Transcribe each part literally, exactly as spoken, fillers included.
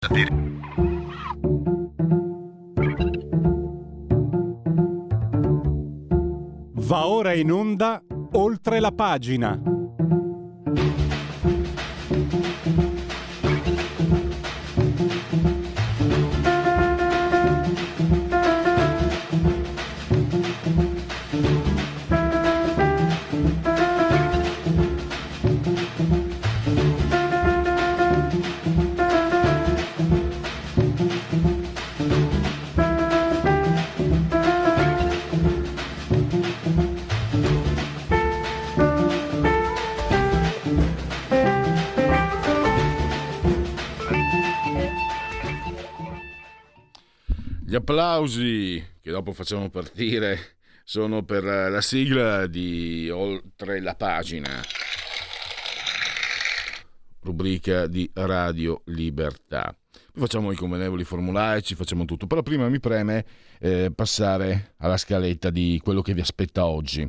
Va ora in onda Oltre la pagina. Gli applausi che dopo facciamo partire sono per la sigla di Oltre la pagina, rubrica di Radio Libertà. Poi facciamo i convenevoli formulaici, facciamo tutto, però prima mi preme eh, passare alla scaletta di quello che vi aspetta oggi.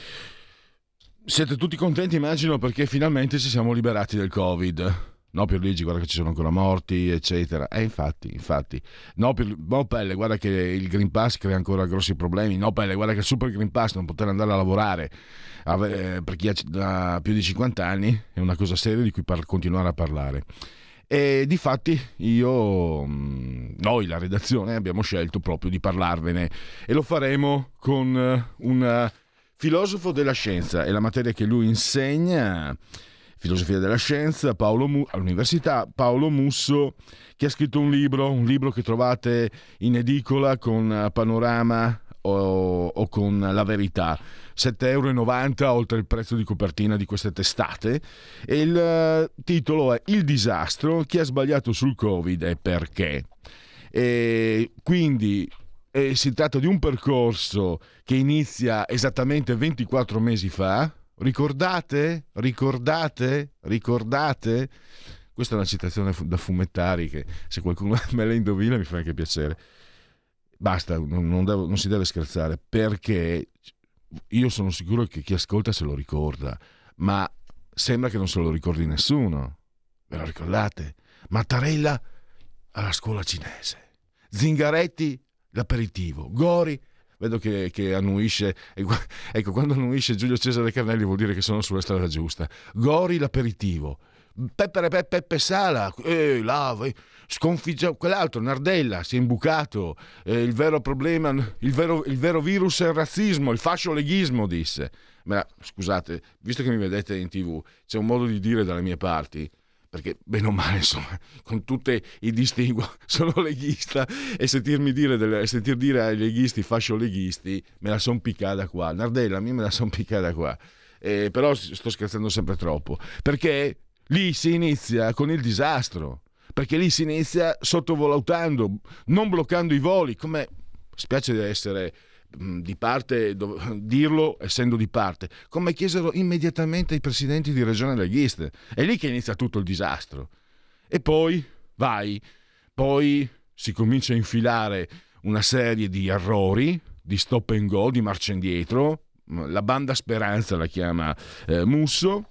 Siete tutti contenti, immagino, perché finalmente ci siamo liberati del Covid. No, Pierluigi, guarda che ci sono ancora morti, eccetera. E eh, infatti, infatti. No, per, no, Pelle, guarda che il Green Pass crea ancora grossi problemi. No, Pelle, guarda che il Super Green Pass, non poter andare a lavorare eh, per chi ha più di cinquanta anni, è una cosa seria di cui par- continuare a parlare. E difatti io, noi, la redazione, abbiamo scelto proprio di parlarvene. E lo faremo con un filosofo della scienza e la materia che lui insegna... Filosofia della scienza, Paolo Mu- all'università, Paolo Musso, che ha scritto un libro, un libro che trovate in edicola con Panorama o, o con La Verità, sette virgola novanta euro oltre il prezzo di copertina di queste testate, e il uh, titolo è Il disastro, chi ha sbagliato sul Covid e perché. E quindi eh, si tratta di un percorso che inizia esattamente ventiquattro mesi fa. Ricordate? Ricordate? Ricordate? Questa è una citazione da fumettari che se qualcuno me la indovina mi fa anche piacere. Basta, non, devo, non si deve scherzare, perché io sono sicuro che chi ascolta se lo ricorda, ma sembra che non se lo ricordi nessuno. Ve lo ricordate? Mattarella alla scuola cinese, Zingaretti l'aperitivo, Gori... Vedo che, che annuisce, ecco, quando annuisce Giulio Cesare Carnelli vuol dire che sono sulla strada giusta. Gori l'aperitivo, Peppe Peppe, Peppe Sala, eh, là, sconfigge quell'altro, Nardella si è imbucato, eh, il vero problema, il vero, il vero virus è il razzismo, il fascioleghismo, disse. Ma scusate, visto che mi vedete in tv, c'è un modo di dire dalle mie parti, perché bene o male, insomma, con tutti i distinguo, sono leghista, e sentirmi dire delle, sentir dire ai leghisti fascioleghisti me la son piccata qua. Nardella, a me me la son piccata qua, eh, però sto scherzando sempre troppo, perché lì si inizia con il disastro, perché lì si inizia sottovalutando, non bloccando i voli, come spiace di essere di parte, dirlo essendo di parte, come chiesero immediatamente i presidenti di regione leghiste. È lì che inizia tutto il disastro. E poi vai, poi si comincia a infilare una serie di errori, di stop and go, di marcia indietro, la banda speranza la chiama eh, Musso,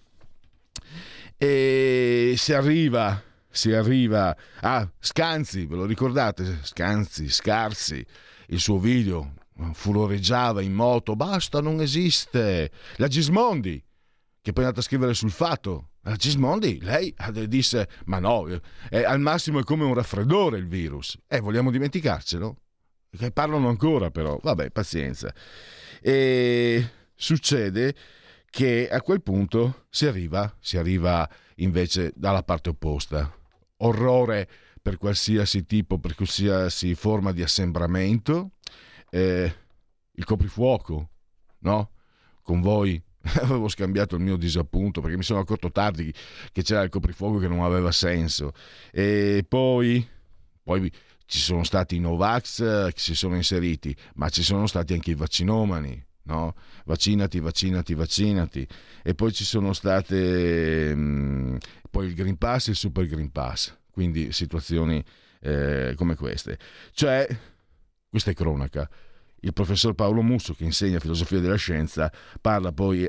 e si arriva si arriva a Scanzi, ve lo ricordate? Scanzi, Scarsi, il suo video furoreggiava in moto, basta, non esiste. La Gismondi, che poi è andata a scrivere sul Fatto, la Gismondi, lei disse, ma no, è, al massimo è come un raffreddore il virus. Eh, vogliamo dimenticarcelo? Che parlano ancora, però, vabbè, pazienza. E succede che a quel punto si arriva, si arriva invece dalla parte opposta. Orrore per qualsiasi tipo, per qualsiasi forma di assembramento. Eh, il coprifuoco, no? Con voi avevo scambiato il mio disappunto perché mi sono accorto tardi che c'era il coprifuoco che non aveva senso, e poi, poi ci sono stati i Novax che si sono inseriti, ma ci sono stati anche i vaccinomani, no? Vaccinati, vaccinati, vaccinati, e poi ci sono state mh, poi il Green Pass e il Super Green Pass, quindi situazioni eh, come queste. Cioè, questa è cronaca. Il professor Paolo Musso, che insegna filosofia della scienza, parla poi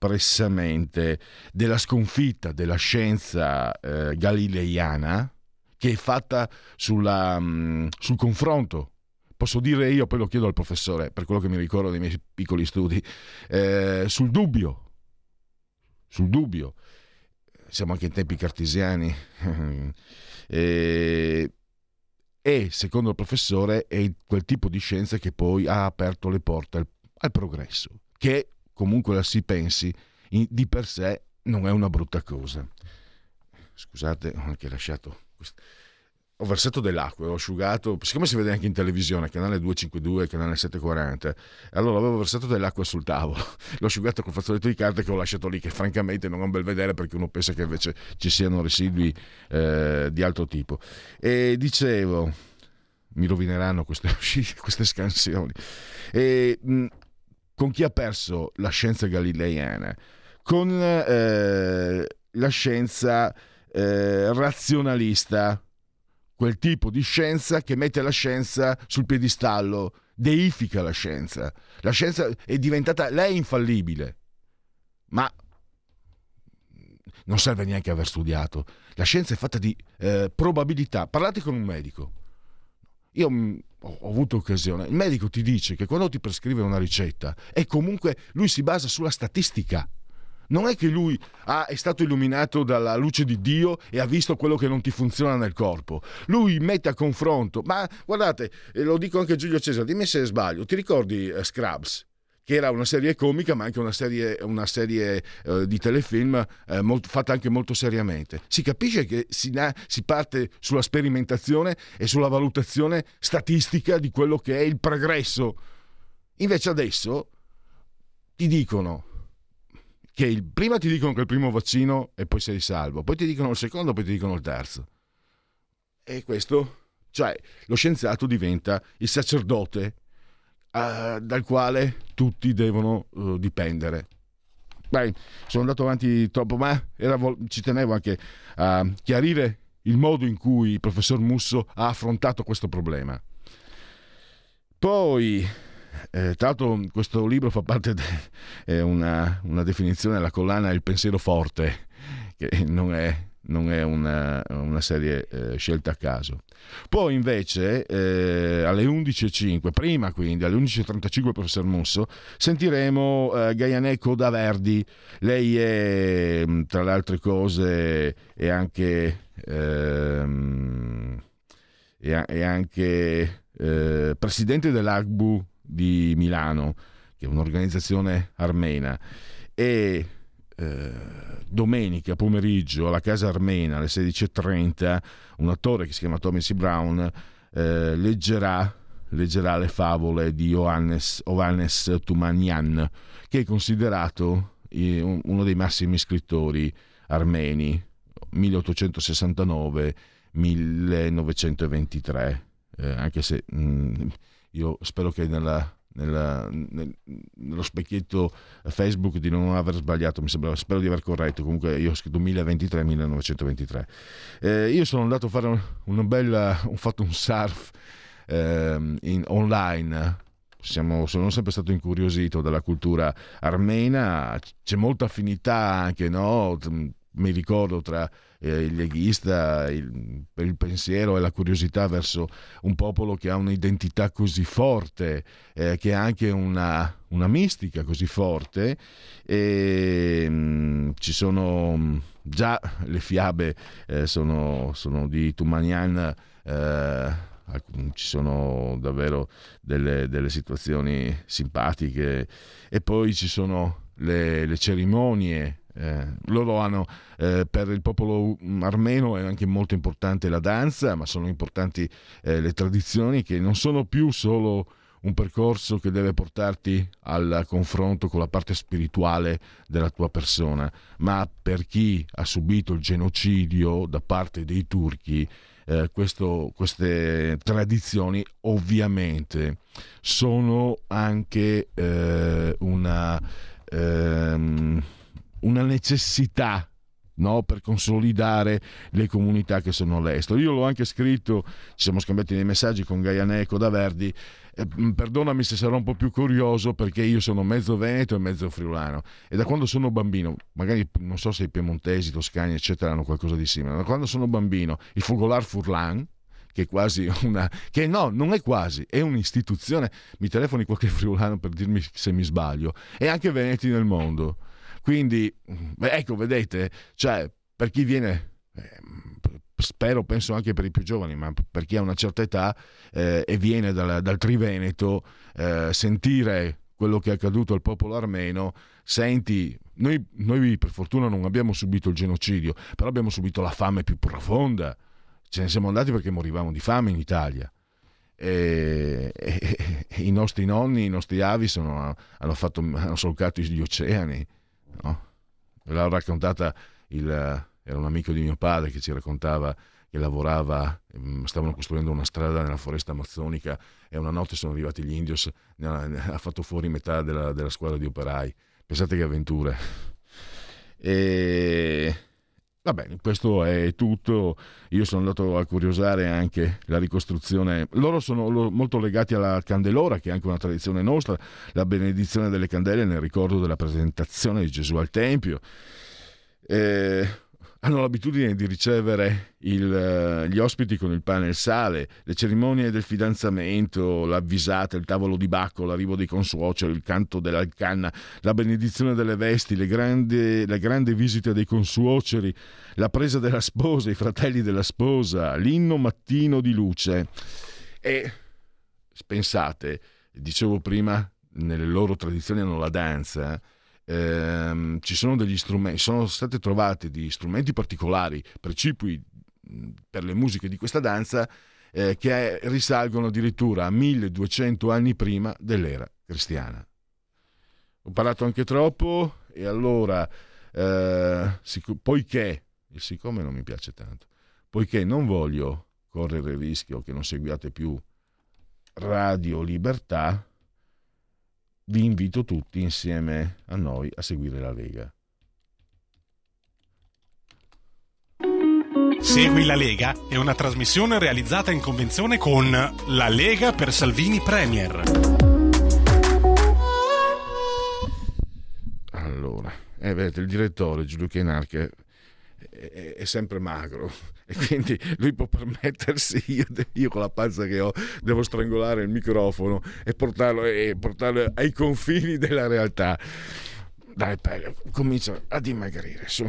espressamente della sconfitta della scienza eh, galileiana, che è fatta sulla, mh, sul confronto. Posso dire io, poi lo chiedo al professore, per quello che mi ricordo dei miei piccoli studi, eh, sul dubbio. Sul dubbio. Siamo anche in tempi cartesiani. e, e, secondo il professore, è quel tipo di scienza che poi ha aperto le porte al, al progresso, che comunque la si pensi, in, di per sé non è una brutta cosa. Scusate, ho anche lasciato questo. Ho versato dell'acqua, ho asciugato, siccome si vede anche in televisione, canale duecentocinquantadue, canale settecentoquaranta, allora avevo versato dell'acqua sul tavolo, l'ho asciugato col fazzoletto di carta che ho lasciato lì, che francamente non è un bel vedere perché uno pensa che invece ci siano residui eh, di altro tipo. E dicevo, mi rovineranno queste uscite, queste scansioni. E, mh, con chi ha perso la scienza galileiana? Con eh, la scienza eh, razionalista, quel tipo di scienza che mette la scienza sul piedistallo, deifica la scienza. La scienza è diventata, lei è infallibile, ma non serve neanche aver studiato. La scienza è fatta di eh, probabilità. Parlate con un medico. Io mh, ho avuto occasione. Il medico ti dice che quando ti prescrive una ricetta, è comunque, lui si basa sulla statistica. Non è che lui ah, è stato illuminato dalla luce di Dio e ha visto quello che non ti funziona nel corpo. Lui mette a confronto. Ma guardate, e lo dico anche a Giulio Cesare, dimmi se sbaglio, ti ricordi uh, Scrubs? Che era una serie comica ma anche una serie, una serie uh, di telefilm uh, molto, fatta anche molto seriamente. Si capisce che si, na- si parte sulla sperimentazione e sulla valutazione statistica di quello che è il progresso. Invece adesso ti dicono che il, prima ti dicono che il primo vaccino e poi sei salvo, poi ti dicono il secondo, poi ti dicono il terzo. E questo, cioè lo scienziato diventa il sacerdote uh, dal quale tutti devono uh, dipendere. Beh, sono andato avanti troppo, ma era, ci tenevo anche a chiarire il modo in cui il professor Musso ha affrontato questo problema. Poi Eh, tra l'altro questo libro fa parte di eh, una, una definizione della collana Il pensiero forte, che non è, non è una, una serie eh, scelta a caso. Poi invece eh, alle undici e cinque, prima quindi alle undici e trentacinque il professor Musso, sentiremo eh, Gaianè Coda Verdi. Lei è, tra le altre cose, è anche ehm, è, è anche eh, presidente dell'A G B U di Milano, che è un'organizzazione armena, e eh, domenica pomeriggio alla Casa Armena alle sedici e trenta un attore che si chiama Thomas Brown eh, leggerà, leggerà le favole di Ioannis, Ioannis Tumanian, che è considerato eh, uno dei massimi scrittori armeni, milleottocentosessantanove millenovecentoventitré, eh, anche se mh, io spero che nella, nella, nel, nello specchietto Facebook di non aver sbagliato, mi sembra, spero di aver corretto. Comunque io ho scritto millenovecentoventitré millenovecentoventitré. Eh, io sono andato a fare un, una bella, ho fatto un surf eh, in, online. Siamo, sono sempre stato incuriosito dalla cultura armena, c'è molta affinità anche, no? Mi ricordo tra eh, il leghista, il, il pensiero e la curiosità verso un popolo che ha un'identità così forte, eh, che ha anche una, una mistica così forte, e mh, ci sono già le fiabe eh, sono, sono di Tumanian, eh, ci sono davvero delle, delle situazioni simpatiche, e poi ci sono le, le cerimonie. Eh, loro hanno eh, per il popolo armeno è anche molto importante la danza, ma sono importanti eh, le tradizioni, che non sono più solo un percorso che deve portarti al confronto con la parte spirituale della tua persona, ma per chi ha subito il genocidio da parte dei turchi, eh, questo, queste tradizioni ovviamente sono anche eh, una ehm, una necessità no? Per consolidare le comunità che sono all'estero. Io l'ho anche scritto, ci siamo scambiati dei messaggi con Gaia Neco da Verdi, eh, perdonami se sarò un po' più curioso perché io sono mezzo veneto e mezzo friulano e da quando sono bambino, magari non so se i piemontesi, toscani eccetera hanno qualcosa di simile, da quando sono bambino il Fogolar Furlan, che è quasi una, che no, non è quasi, è un'istituzione, mi telefoni qualche friulano per dirmi se mi sbaglio, e anche veneti nel mondo. Quindi, beh, ecco, vedete, cioè, per chi viene, eh, spero, penso anche per i più giovani, ma per chi ha una certa età eh, e viene dal, dal Triveneto, eh, sentire quello che è accaduto al popolo armeno, senti, noi, noi per fortuna non abbiamo subito il genocidio, però abbiamo subito la fame più profonda. Ce ne siamo andati perché morivamo di fame in Italia e, e, e i nostri nonni, i nostri avi sono, hanno, fatto, hanno solcato gli oceani, no? Me l'ha raccontata il, era un amico di mio padre che ci raccontava che lavorava, stavano costruendo una strada nella foresta amazzonica e una notte sono arrivati gli indios, ha fatto fuori metà della, della squadra di operai. Pensate che avventure. E va bene, questo è tutto. Io sono andato a curiosare anche la ricostruzione. Loro sono molto legati alla candelora, che è anche una tradizione nostra, la benedizione delle candele nel ricordo della presentazione di Gesù al Tempio. Eh, hanno l'abitudine di ricevere il, gli ospiti con il pane e il sale, le cerimonie del fidanzamento, l'avvisata, il tavolo di Bacco, l'arrivo dei consuoceri, il canto dell'alcanna, la benedizione delle vesti, le grandi, le grandi visite dei consuoceri, la presa della sposa, i fratelli della sposa, l'inno mattino di luce. E pensate, dicevo prima, nelle loro tradizioni hanno la danza. Eh, ci sono degli strumenti, sono state trovate degli strumenti particolari, precipui per le musiche di questa danza eh, che risalgono addirittura a milleduecento anni prima dell'era cristiana. Ho parlato anche troppo e allora eh, sic- poiché il siccome non mi piace tanto, poiché non voglio correre il rischio che non seguiate più Radio Libertà, vi invito tutti insieme a noi a seguire la Lega. Segui la Lega è una trasmissione realizzata in convenzione con La Lega per Salvini Premier. Allora, eh, vedete, il direttore Giulio Chienarche è, è sempre magro e quindi lui può permettersi, io, io con la panza che ho devo strangolare il microfono e portarlo, e portarlo ai confini della realtà. Dai, Pello, comincia a dimagrire, su.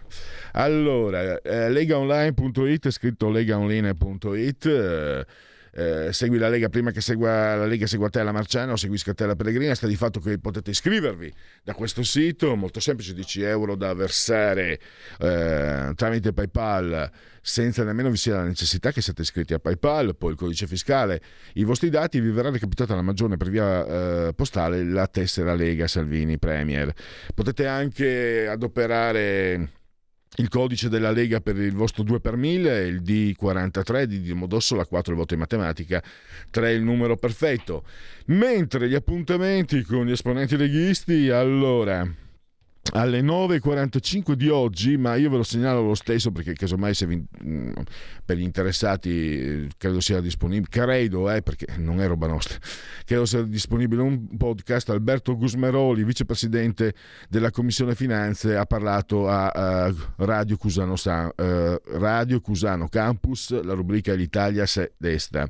Allora, eh, legaonline punto it, scritto legaonline punto it, eh, eh, segui la Lega prima che segua la Lega, segua te la Marciana o seguisca te la Pellegrina. Sta di fatto che potete iscrivervi da questo sito, molto semplice, dieci euro da versare eh, tramite PayPal senza nemmeno vi sia la necessità che siate iscritti a PayPal, poi il codice fiscale, i vostri dati, vi verrà recapitata alla Magione per via eh, postale la tessera Lega Salvini Premier. Potete anche adoperare il codice della Lega per il vostro due per mille, il D quarantatré di Domodossola, quattro il voto in matematica, tre il numero perfetto. Mentre gli appuntamenti con gli esponenti leghisti, allora, alle nove e quarantacinque di oggi, ma io ve lo segnalo lo stesso perché casomai se vi, per gli interessati credo sia disponibile, credo eh, perché non è roba nostra, credo sia disponibile un podcast. Alberto Gusmeroli, vicepresidente della Commissione Finanze, ha parlato a, a Radio Cusano, uh, Radio Cusano Campus, la rubrica è l'Italia se destra.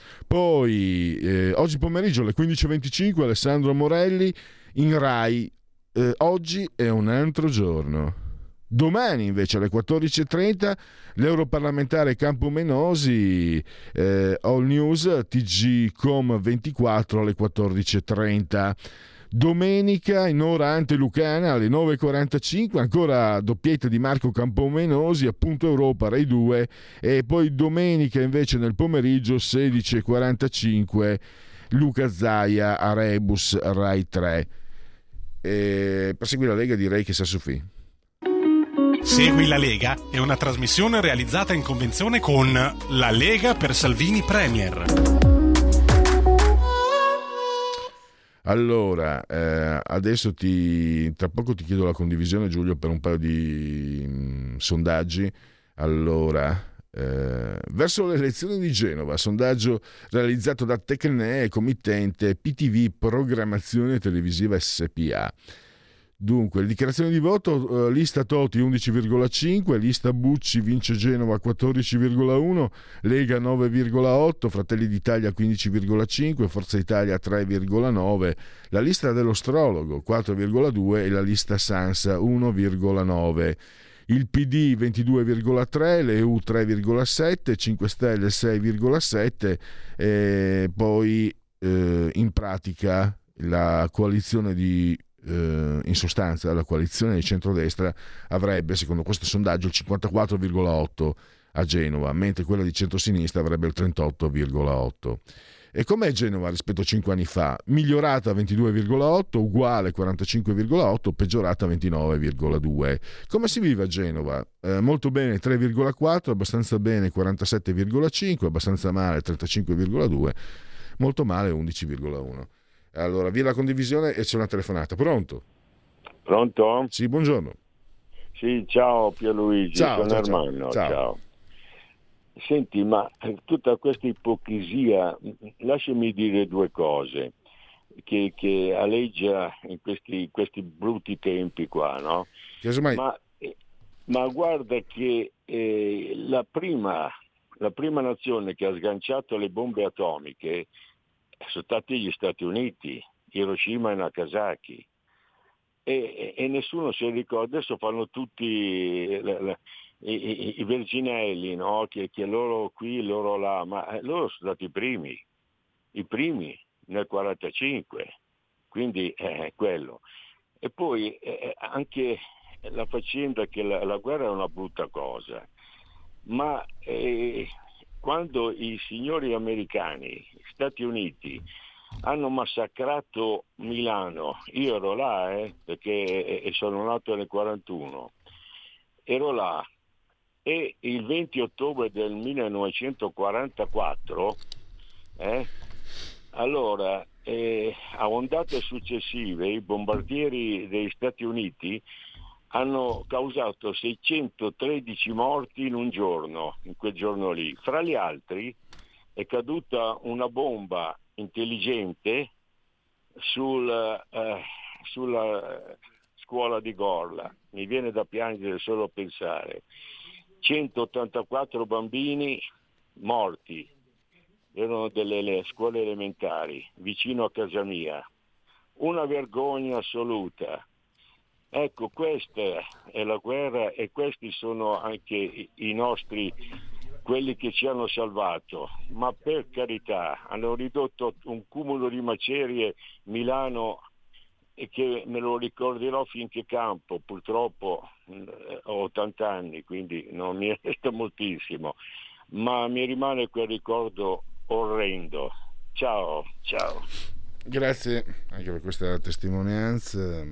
Poi eh, oggi pomeriggio alle quindici e venticinque Alessandro Morelli in Rai. Eh, oggi è un altro giorno. Domani invece alle quattordici e trenta l'europarlamentare Campomenosi, eh, All News T G Com ventiquattro alle quattordici e trenta. Domenica in ora antelucana alle nove e quarantacinque ancora doppietta di Marco Campomenosi, appunto Europa Rai due, e poi domenica invece nel pomeriggio sedici e quarantacinque Luca Zaia a Rebus Rai tre. E per seguire la Lega direi che sa Sofì. Segui la Lega è una trasmissione realizzata in convenzione con La Lega per Salvini Premier. Allora, eh, adesso ti, tra poco ti chiedo la condivisione, Giulio, per un paio di mh, sondaggi. Allora, eh, verso le elezioni di Genova, sondaggio realizzato da Tecne, committente P T V Programmazione Televisiva S P A. Dunque, le dichiarazioni di voto, eh, lista Toti undici virgola cinque, lista Bucci vince Genova quattordici virgola uno, Lega nove virgola otto, Fratelli d'Italia quindici virgola cinque, Forza Italia tre virgola nove, la lista dell'Ostrologo quattro virgola due e la lista Sansa uno virgola nove. Il P D ventidue virgola tre, l'E U tre virgola sette, cinque Stelle sei virgola sette e poi eh, in pratica la coalizione di in sostanza la coalizione di centrodestra avrebbe, secondo questo sondaggio, il cinquantaquattro virgola otto a Genova, mentre quella di centrosinistra avrebbe il trentotto virgola otto. E com'è Genova rispetto a cinque anni fa? Migliorata ventidue virgola otto, uguale quarantacinque virgola otto, peggiorata ventinove virgola due. Come si vive a Genova? Eh, molto bene tre virgola quattro, abbastanza bene quarantasette virgola cinque, abbastanza male trentacinque virgola due, molto male undici virgola uno. Allora, via la condivisione e c'è una telefonata. Pronto? Pronto? Sì, buongiorno. Sì, ciao Pierluigi, ciao, sono ciao, Ermanno. Ciao. Ciao. Senti, ma tutta questa ipocrisia, lasciami dire due cose che, che aleggia in questi, questi brutti tempi qua, no? Mai... Ma, ma guarda che eh, la prima, la prima nazione che ha sganciato le bombe atomiche sono stati gli Stati Uniti, Hiroshima e Nagasaki, e, e nessuno si ricorda. Adesso fanno tutti la, la, i, i verginelli, no? che, che loro qui, loro là, ma loro sono stati i primi, i primi nel quarantacinque, quindi è eh, quello. E poi eh, anche la faccenda che la, la guerra è una brutta cosa, ma eh, quando i signori americani, Stati Uniti, hanno massacrato Milano, io ero là, eh, perché sono nato nel quarantuno, ero là, e il venti ottobre del millenovecentoquarantaquattro, eh, allora, eh, a ondate successive, i bombardieri degli Stati Uniti hanno causato seicentotredici morti in un giorno, in quel giorno lì. Fra gli altri è caduta una bomba intelligente sul, eh, sulla scuola di Gorla. Mi viene da piangere solo a pensare. centottantaquattro bambini morti, erano delle scuole elementari, vicino a casa mia. Una vergogna assoluta. Ecco, questa è la guerra e questi sono anche i nostri, quelli che ci hanno salvato. Ma per carità, hanno ridotto un cumulo di macerie Milano e che me lo ricorderò finché campo. Purtroppo eh, ho ottanta anni, quindi non mi resta moltissimo, ma mi rimane quel ricordo orrendo. Ciao, ciao. Grazie anche per questa testimonianza.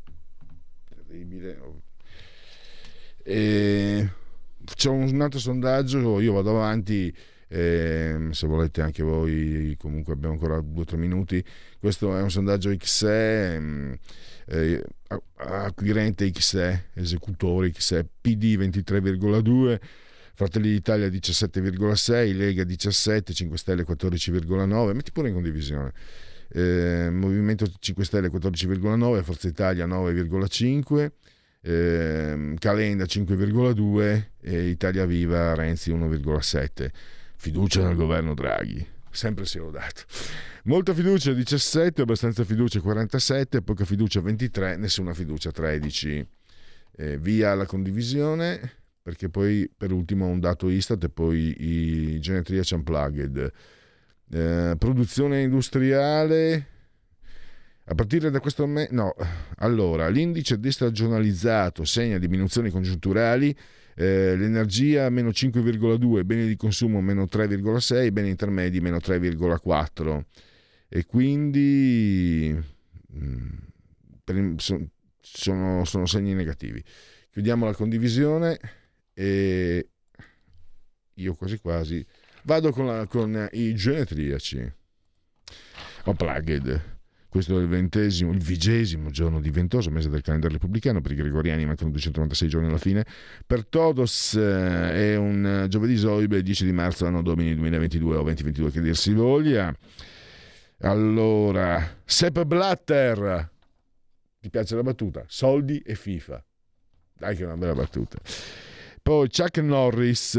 E c'è un altro sondaggio, io vado avanti, eh, se volete anche voi, comunque abbiamo ancora due o tre minuti. Questo è un sondaggio X E, eh, acquirente X E, esecutore X E, P D ventitré virgola due, Fratelli d'Italia diciassette virgola sei, Lega diciassette, cinque Stelle quattordici virgola nove, metti pure in condivisione. Eh, Movimento cinque Stelle quattordici virgola nove, Forza Italia nove virgola cinque, eh, Calenda cinque virgola due e Italia Viva Renzi uno virgola sette. Fiducia nel governo Draghi, sempre si è lodato. Molta fiducia diciassette, abbastanza fiducia quarantasette, poca fiducia ventitré, nessuna fiducia tredici. Eh, via la condivisione, perché poi per ultimo un dato Istat e poi i Genetriaci Unplugged. Eh, produzione industriale a partire da questo mese, no, allora l'indice destagionalizzato segna diminuzioni congiunturali, eh, l'energia meno cinque virgola due, beni di consumo meno tre virgola sei, beni intermedi meno tre virgola quattro, e quindi mh, per, sono, sono segni negativi. Chiudiamo la condivisione e io quasi quasi vado con, la, con i genetriaci Unplugged. Questo è il ventesimo, il vigesimo giorno di ventoso, mese del calendario repubblicano. Per i gregoriani mancano duecentonovantasei giorni alla fine. Per Todos eh, è un giovedì soibe, dieci di marzo, anno domini duemilaventidue o duemilaventidue, che dir si voglia. Allora, Sepp Blatter, ti piace la battuta? Soldi e FIFA. Dai che è una bella battuta. Poi Chuck Norris.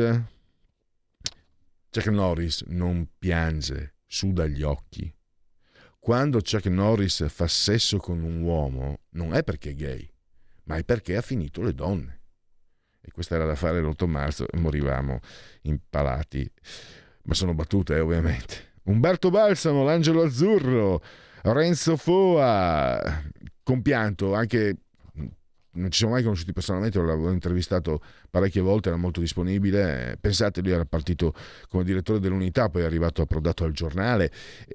Chuck Norris non piange, suda gli occhi. Quando Chuck Norris fa sesso con un uomo non è perché è gay, ma è perché ha finito le donne. E questa era da fare l'otto marzo e morivamo impalati. Ma sono battute, eh, ovviamente. Umberto Balsamo, l'angelo azzurro. Renzo Foa, compianto, anche non ci siamo mai conosciuti personalmente, l'ho intervistato parecchie volte, era molto disponibile. Pensate, lui era partito come direttore dell'Unità, poi è arrivato approdato al Giornale,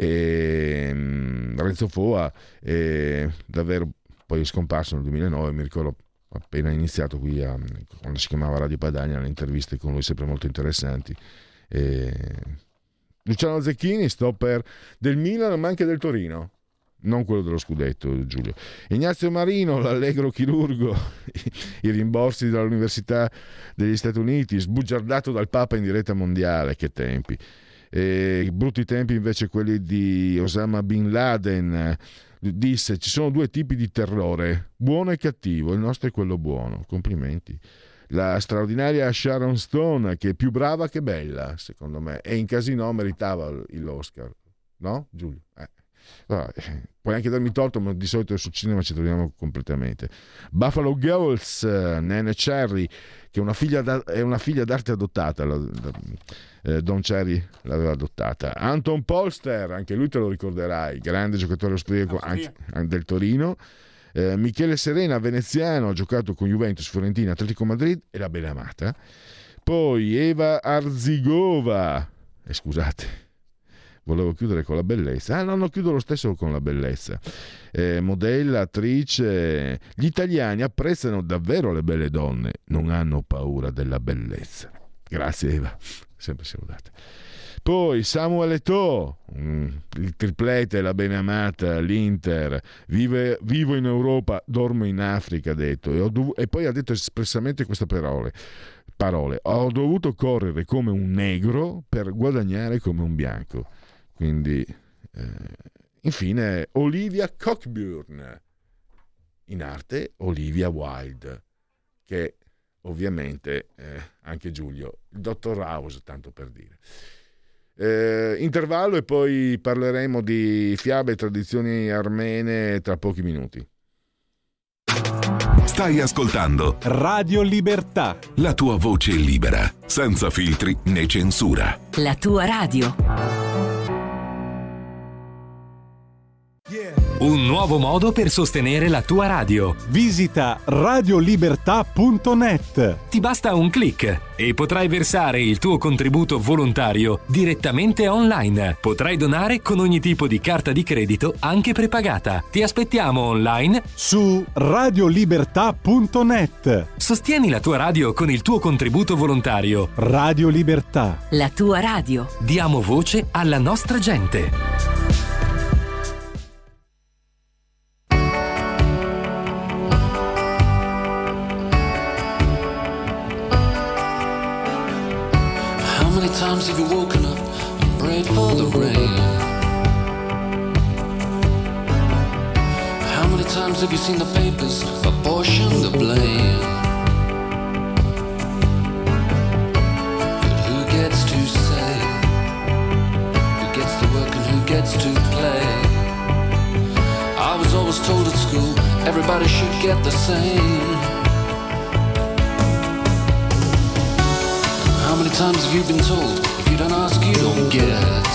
e Renzo Foa è davvero poi è scomparso nel duemilanove. Mi ricordo appena iniziato qui a, quando si chiamava Radio Padania, le interviste con lui sempre molto interessanti. E Luciano Zecchini, stopper del Milan ma anche del Torino, non quello dello scudetto, Giulio. Ignazio Marino, l'allegro chirurgo, i rimborsi dall'Università degli Stati Uniti, sbugiardato dal Papa in diretta mondiale. Che tempi. E brutti tempi invece quelli di Osama Bin Laden. Disse: ci sono due tipi di terrore, buono e cattivo, il nostro è quello buono. Complimenti. La straordinaria Sharon Stone, che è più brava che bella, secondo me, e in Casino meritava l'Oscar, no Giulio? Eh. No, puoi anche darmi torto, ma di solito sul cinema ci troviamo completamente. Buffalo Girls, Nene Cherry, che è una figlia, da, è una figlia d'arte adottata, la, da, eh, Don Cherry l'aveva adottata. Anton Polster, anche lui te lo ricorderai, grande giocatore austriaco anche, anche del Torino. eh, Michele Serena, veneziano, ha giocato con Juventus, Fiorentina, Atletico Madrid e la bella amata. Poi Eva Arzigova, eh, scusate, volevo chiudere con la bellezza. Ah no, no, chiudo lo stesso con la bellezza. Eh, modella, attrice. Gli italiani apprezzano davvero le belle donne, non hanno paura della bellezza. Grazie Eva, sempre salutata. Poi Samuel Eto'o, mm, il triplete, la beneamata, l'Inter, vive, vivo in Europa, dormo in Africa, ha detto. E, ho dov- e poi ha detto espressamente queste parole. Parole. Ho dovuto correre come un negro per guadagnare come un bianco. Quindi, eh, infine, Olivia Cockburn, in arte Olivia Wilde, che ovviamente eh, anche Giulio, il dottor House, tanto per dire. Eh, intervallo e poi parleremo di fiabe e tradizioni armene tra pochi minuti. Stai ascoltando Radio Libertà, la tua voce libera, senza filtri né censura. La tua radio. un nuovo modo per sostenere la tua radio. Visita radiolibertà punto net. Ti basta un click e potrai versare il tuo contributo volontario direttamente online. Potrai donare con ogni tipo di carta di credito, anche prepagata. Ti aspettiamo online su radiolibertà punto net. Sostieni la tua radio con il tuo contributo volontario. Radio Libertà. La tua radio. Diamo voce alla nostra gente. Times have you woken up and prayed for the rain? How many times have you seen the papers apportion the blame? But who gets to say? Who gets to work and who gets to play? I was always told at school everybody should get the same. How many times have you been told, if you don't ask, you don't get?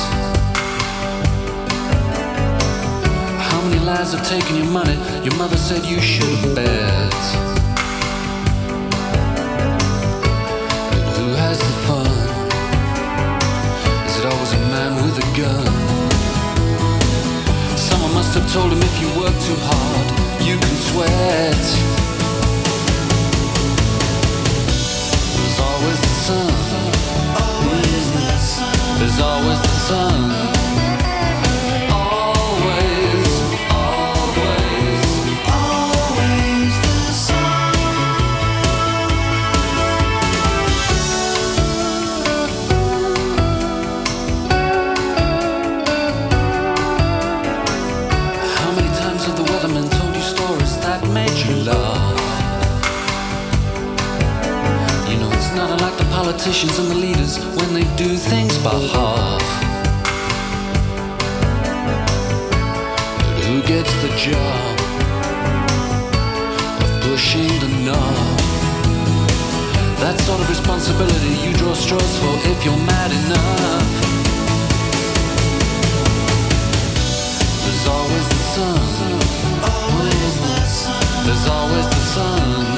How many lies have taken your money, your mother said you shouldn't bet? But who has the fun? Is it always a man with a gun? Someone must have told him if you work too hard, you can sweat. There's always the sun. Always the sun. There's always the sun. Always, politicians and the leaders when they do things by half. But who gets the job of pushing the knob? That sort of responsibility you draw straws for if you're mad enough. There's always the sun. Always the sun. There's always the sun.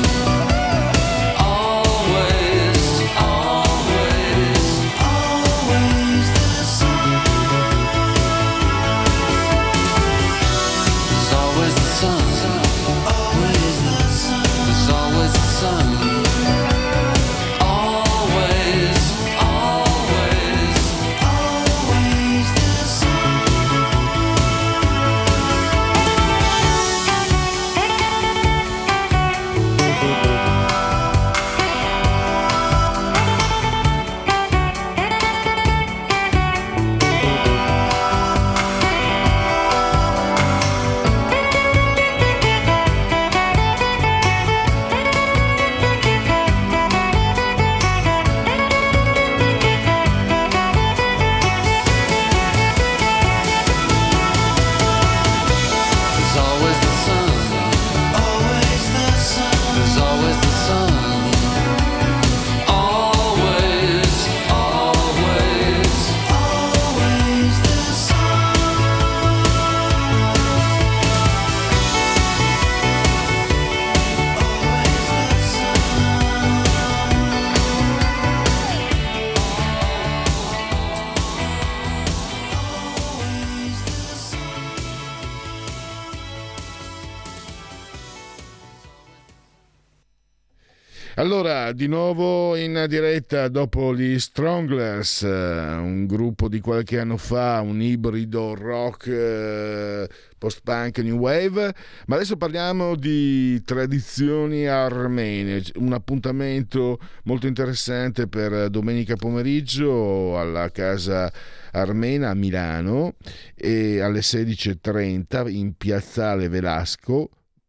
Allora, di nuovo in diretta dopo gli Stranglers, un gruppo di qualche anno fa, un ibrido rock, eh, post-punk, new wave, ma adesso parliamo di tradizioni armene, un appuntamento molto interessante per domenica pomeriggio alla Casa Armena a Milano e alle sedici e trenta in Piazzale Velasco,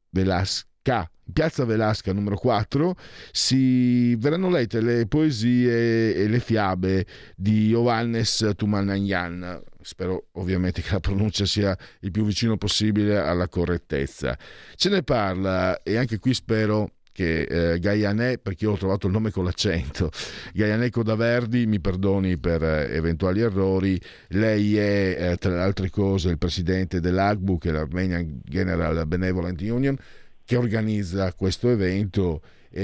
Velasca, Piazza Velasca numero quattro, si verranno lette le poesie e le fiabe di Ioannis Tumanyan. Spero ovviamente che la pronuncia sia il più vicino possibile alla correttezza. Ce ne parla, e anche qui spero che eh, Gaianè, perché io ho trovato il nome con l'accento, Gaianè Codaverdi mi perdoni per eh, eventuali errori. Lei è eh, tra le altre cose il presidente dell'A G B U, che è l'Armenian General Benevolent Union, che organizza questo evento.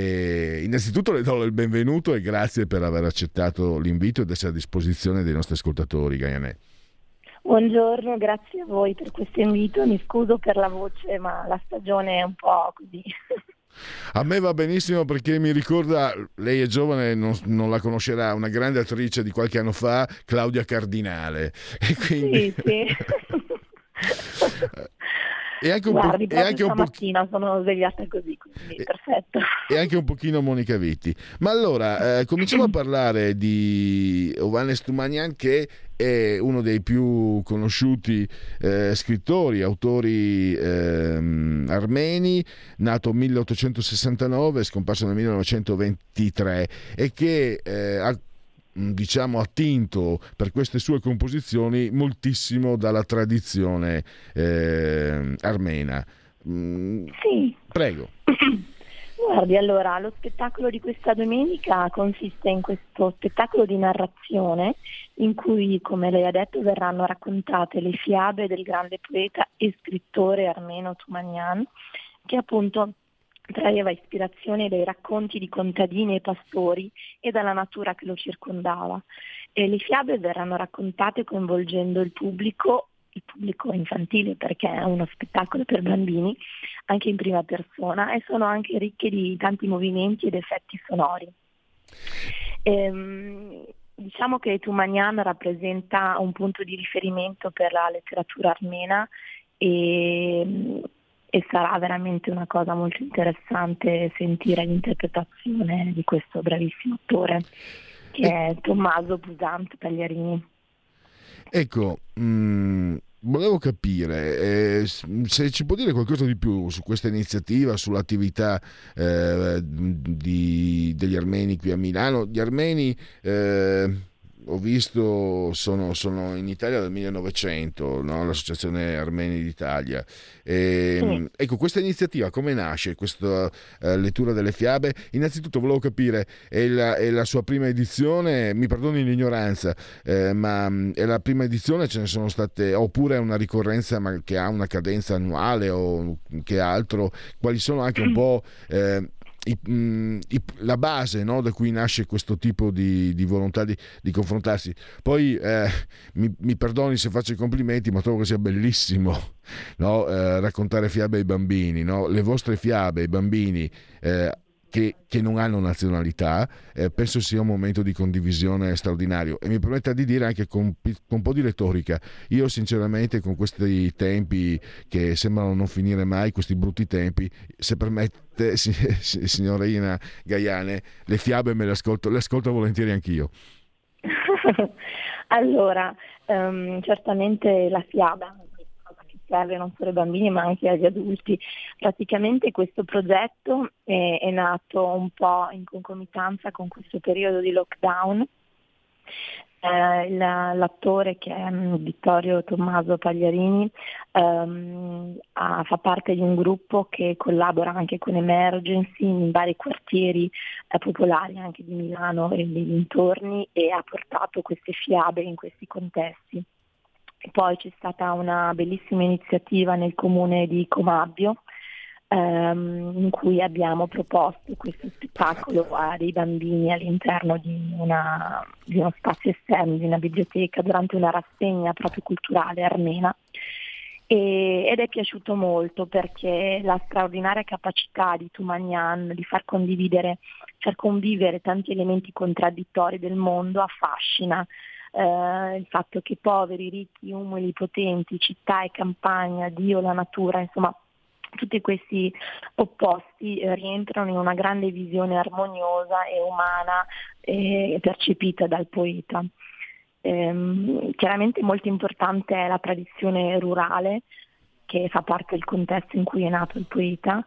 E innanzitutto le do il benvenuto e grazie per aver accettato l'invito ed essere a disposizione dei nostri ascoltatori, Gaianè. Buongiorno, grazie a voi per questo invito, mi scuso per la voce ma la stagione è un po' così. A me va benissimo perché mi ricorda, lei è giovane, non, non la conoscerà, una grande attrice di qualche anno fa, Claudia Cardinale. E quindi... Sì, sì. E anche un Guardi, po', e anche un po', stamattina sono svegliata così, quindi e, perfetto. E anche un pochino Monica Vitti. Ma allora, eh, cominciamo a parlare di Ioannis Tumanyan, che è uno dei più conosciuti eh, scrittori, autori eh, armeni, nato milleottocentosessantanove, scomparso nel millenovecentoventitré, e che eh, ha diciamo attinto per queste sue composizioni moltissimo dalla tradizione eh, armena. Mm, sì. Prego. Guardi, allora, lo spettacolo di questa domenica consiste in questo spettacolo di narrazione in cui, come lei ha detto, verranno raccontate le fiabe del grande poeta e scrittore armeno Tumanyan, che appunto traeva ispirazione dai racconti di contadini e pastori e dalla natura che lo circondava. E le fiabe verranno raccontate coinvolgendo il pubblico, il pubblico infantile perché è uno spettacolo per bambini, anche in prima persona, e sono anche ricche di tanti movimenti ed effetti sonori. Ehm, diciamo che Tumanyan rappresenta un punto di riferimento per la letteratura armena e e sarà veramente una cosa molto interessante sentire l'interpretazione di questo bravissimo attore che è Tommaso Busant Pagliarini. Ecco, mh, volevo capire eh, se ci può dire qualcosa di più su questa iniziativa, sull'attività eh, di, degli armeni qui a Milano. Gli armeni eh, ho visto sono, sono in Italia dal millenovecento, no? L'Associazione Armeni d'Italia. E, sì. Ecco, questa iniziativa come nasce, questa uh, lettura delle fiabe? Innanzitutto volevo capire, è la, è la sua prima edizione, mi perdoni l'ignoranza, eh, ma è la prima edizione, ce ne sono state, oppure è una ricorrenza ma che ha una cadenza annuale o che altro? Quali sono anche un po' eh, I, mh, i, la base, no, da cui nasce questo tipo di, di volontà di, di confrontarsi? Poi eh, mi, mi perdoni se faccio i complimenti, ma trovo che sia bellissimo, no, eh, raccontare fiabe ai bambini, no? Le vostre fiabe ai bambini eh, che, che non hanno nazionalità, eh, penso sia un momento di condivisione straordinario. E mi permetta di dire anche con, con un po' di retorica, io sinceramente con questi tempi che sembrano non finire mai, questi brutti tempi, se permette signorina Gaiane, le fiabe me le ascolto, le ascolto volentieri anch'io. Allora, um, certamente la fiaba serve non solo ai bambini ma anche agli adulti. Praticamente questo progetto è, è nato un po' in concomitanza con questo periodo di lockdown. Eh, la, l'attore che è um, Vittorio Tommaso Pagliarini um, ha, fa parte di un gruppo che collabora anche con Emergency in vari quartieri eh, popolari anche di Milano e dei dintorni, e ha portato queste fiabe in questi contesti. Poi c'è stata una bellissima iniziativa nel comune di Comabbio ehm, in cui abbiamo proposto questo spettacolo a dei bambini all'interno di, una, di uno spazio esterno, di una biblioteca, durante una rassegna proprio culturale armena, e, ed è piaciuto molto perché la straordinaria capacità di Tumanian di far condividere, far convivere tanti elementi contraddittori del mondo affascina. Uh, il fatto che poveri, ricchi, umili, potenti, città e campagna, Dio, la natura, insomma tutti questi opposti eh, rientrano in una grande visione armoniosa e umana eh, percepita dal poeta. Ehm, chiaramente molto importante è la tradizione rurale che fa parte del contesto in cui è nato il poeta,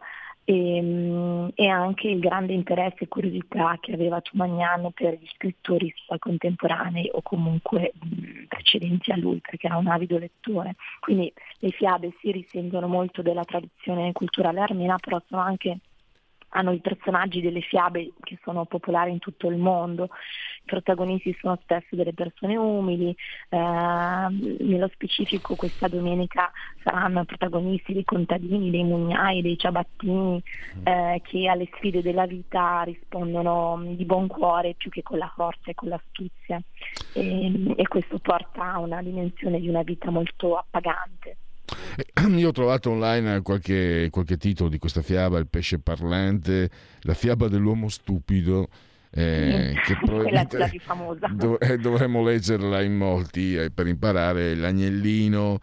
e, e anche il grande interesse e curiosità che aveva Tumanian per gli scrittori contemporanei o comunque mh, precedenti a lui, perché era un avido lettore. Quindi le fiabe si risentono molto della tradizione culturale armena, però sono anche hanno i personaggi delle fiabe che sono popolari in tutto il mondo. I protagonisti sono spesso delle persone umili, eh, nello specifico questa domenica saranno protagonisti dei contadini, dei mugnai, dei ciabattini, eh, che alle sfide della vita rispondono di buon cuore più che con la forza e con l'astuzia, e, e questo porta a una dimensione di una vita molto appagante. Io ho trovato online qualche, qualche titolo di questa fiaba, Il pesce parlante, La fiaba dell'uomo stupido, eh, sì, che probabilmente quella più famosa. Dov- eh, dovremmo leggerla in molti eh, per imparare l'agnellino,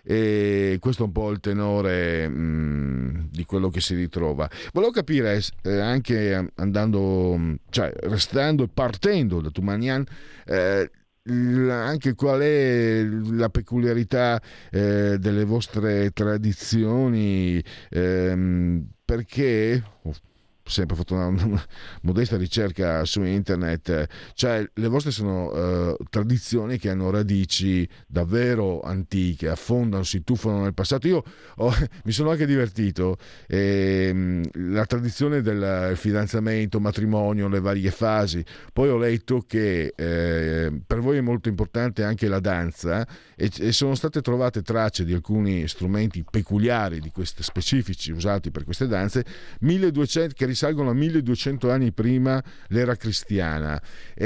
e questo è un po' il tenore mh, di quello che si ritrova. Volevo capire eh, anche andando, cioè restando e partendo da Tumanian, eh, anche qual è la peculiarità eh, delle vostre tradizioni, ehm, perché ho sempre fatto una, una modesta ricerca su internet, cioè le vostre sono eh, tradizioni che hanno radici davvero antiche, affondano, si tuffano nel passato. Io ho, mi sono anche divertito, ehm, la tradizione del fidanzamento, matrimonio, le varie fasi. Poi ho letto che eh, per voi è molto importante anche la danza, e, e sono state trovate tracce di alcuni strumenti peculiari di queste specifici usati per queste danze milleduecento, che risalgono a milleduecento anni prima l'era cristiana.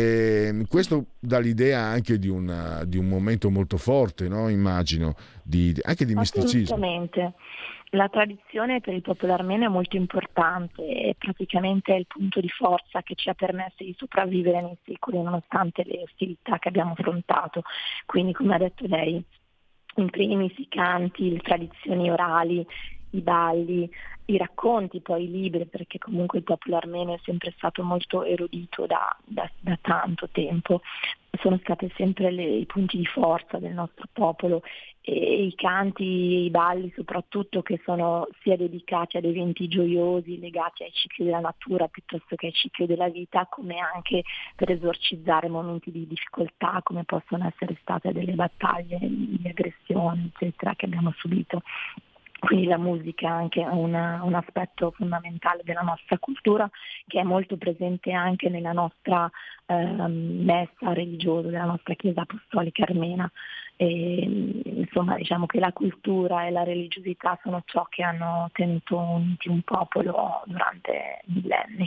E questo dà l'idea anche di, una, di un momento molto forte, no? Immagino, di, anche di misticismo. Assolutamente. La tradizione per il popolo armeno è molto importante e praticamente è il punto di forza che ci ha permesso di sopravvivere nei secoli nonostante le ostilità che abbiamo affrontato. Quindi, come ha detto lei, in primis i canti, le tradizioni orali, i balli, i racconti, poi i libri, perché comunque il popolo armeno è sempre stato molto erudito da, da, da tanto tempo, sono state sempre le, i punti di forza del nostro popolo, e i canti e i balli soprattutto, che sono sia dedicati ad eventi gioiosi legati ai cicli della natura piuttosto che ai cicli della vita, come anche per esorcizzare momenti di difficoltà come possono essere state delle battaglie, di aggressioni eccetera che abbiamo subito. Quindi la musica è anche una, un aspetto fondamentale della nostra cultura, che è molto presente anche nella nostra eh, messa religiosa, della nostra Chiesa Apostolica Armena. E, insomma, diciamo che la cultura e la religiosità sono ciò che hanno tenuto uniti un popolo durante millenni.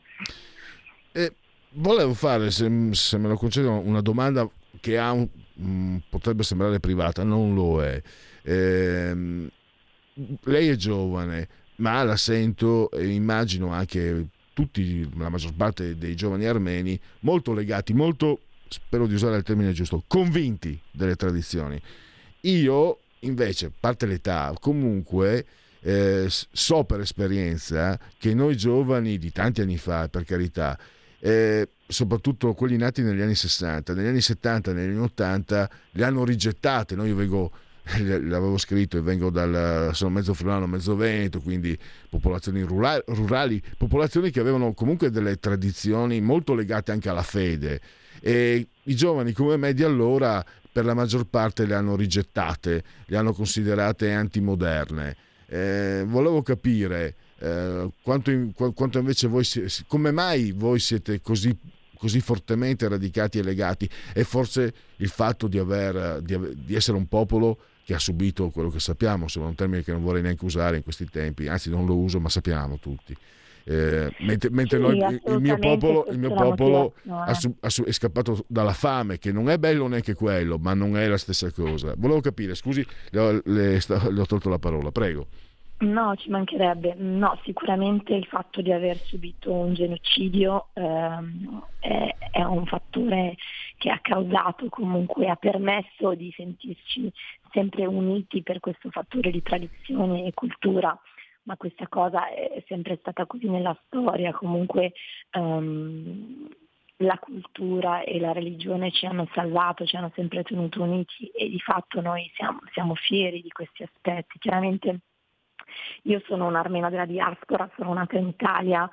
E volevo fare, se, se me lo concedono, una domanda che ha un, mh, potrebbe sembrare privata, non lo è. Ehm, lei è giovane, ma la sento e immagino anche tutti, la maggior parte dei giovani armeni, molto legati, molto, spero di usare il termine giusto, convinti delle tradizioni. Io invece, a parte l'età, comunque eh, so per esperienza che noi giovani di tanti anni fa, per carità, eh, soprattutto quelli nati negli anni sessanta, negli anni settanta, negli anni ottanta, le hanno rigettate. Noi io vengo l'avevo scritto e vengo dal, sono mezzo friulano mezzo veneto, quindi popolazioni rurali, rurali, popolazioni che avevano comunque delle tradizioni molto legate anche alla fede, e i giovani come me di allora per la maggior parte le hanno rigettate, le hanno considerate antimoderne. Eh, volevo capire eh, quanto, in, quanto invece voi, come mai voi siete così così fortemente radicati e legati, e forse il fatto di, aver, di, aver, di essere un popolo che ha subito quello che sappiamo, insomma un termine che non vorrei neanche usare in questi tempi, anzi non lo uso, ma sappiamo tutti. Eh, mentre mentre sì, noi, il mio popolo, il mio popolo no, eh. ha su, ha su, è scappato dalla fame, che non è bello neanche quello, ma non è la stessa cosa. Volevo capire, scusi, le ho, le, le ho tolto la parola, prego. No, ci mancherebbe. No, sicuramente il fatto di aver subito un genocidio ehm, è, è un fattore che ha causato, comunque ha permesso di sentirci sempre uniti per questo fattore di tradizione e cultura, ma questa cosa è sempre stata così nella storia. Comunque ehm, la cultura e la religione ci hanno salvato, ci hanno sempre tenuto uniti, e di fatto noi siamo, siamo fieri di questi aspetti. Chiaramente io sono un'armena della diaspora, sono nata in Italia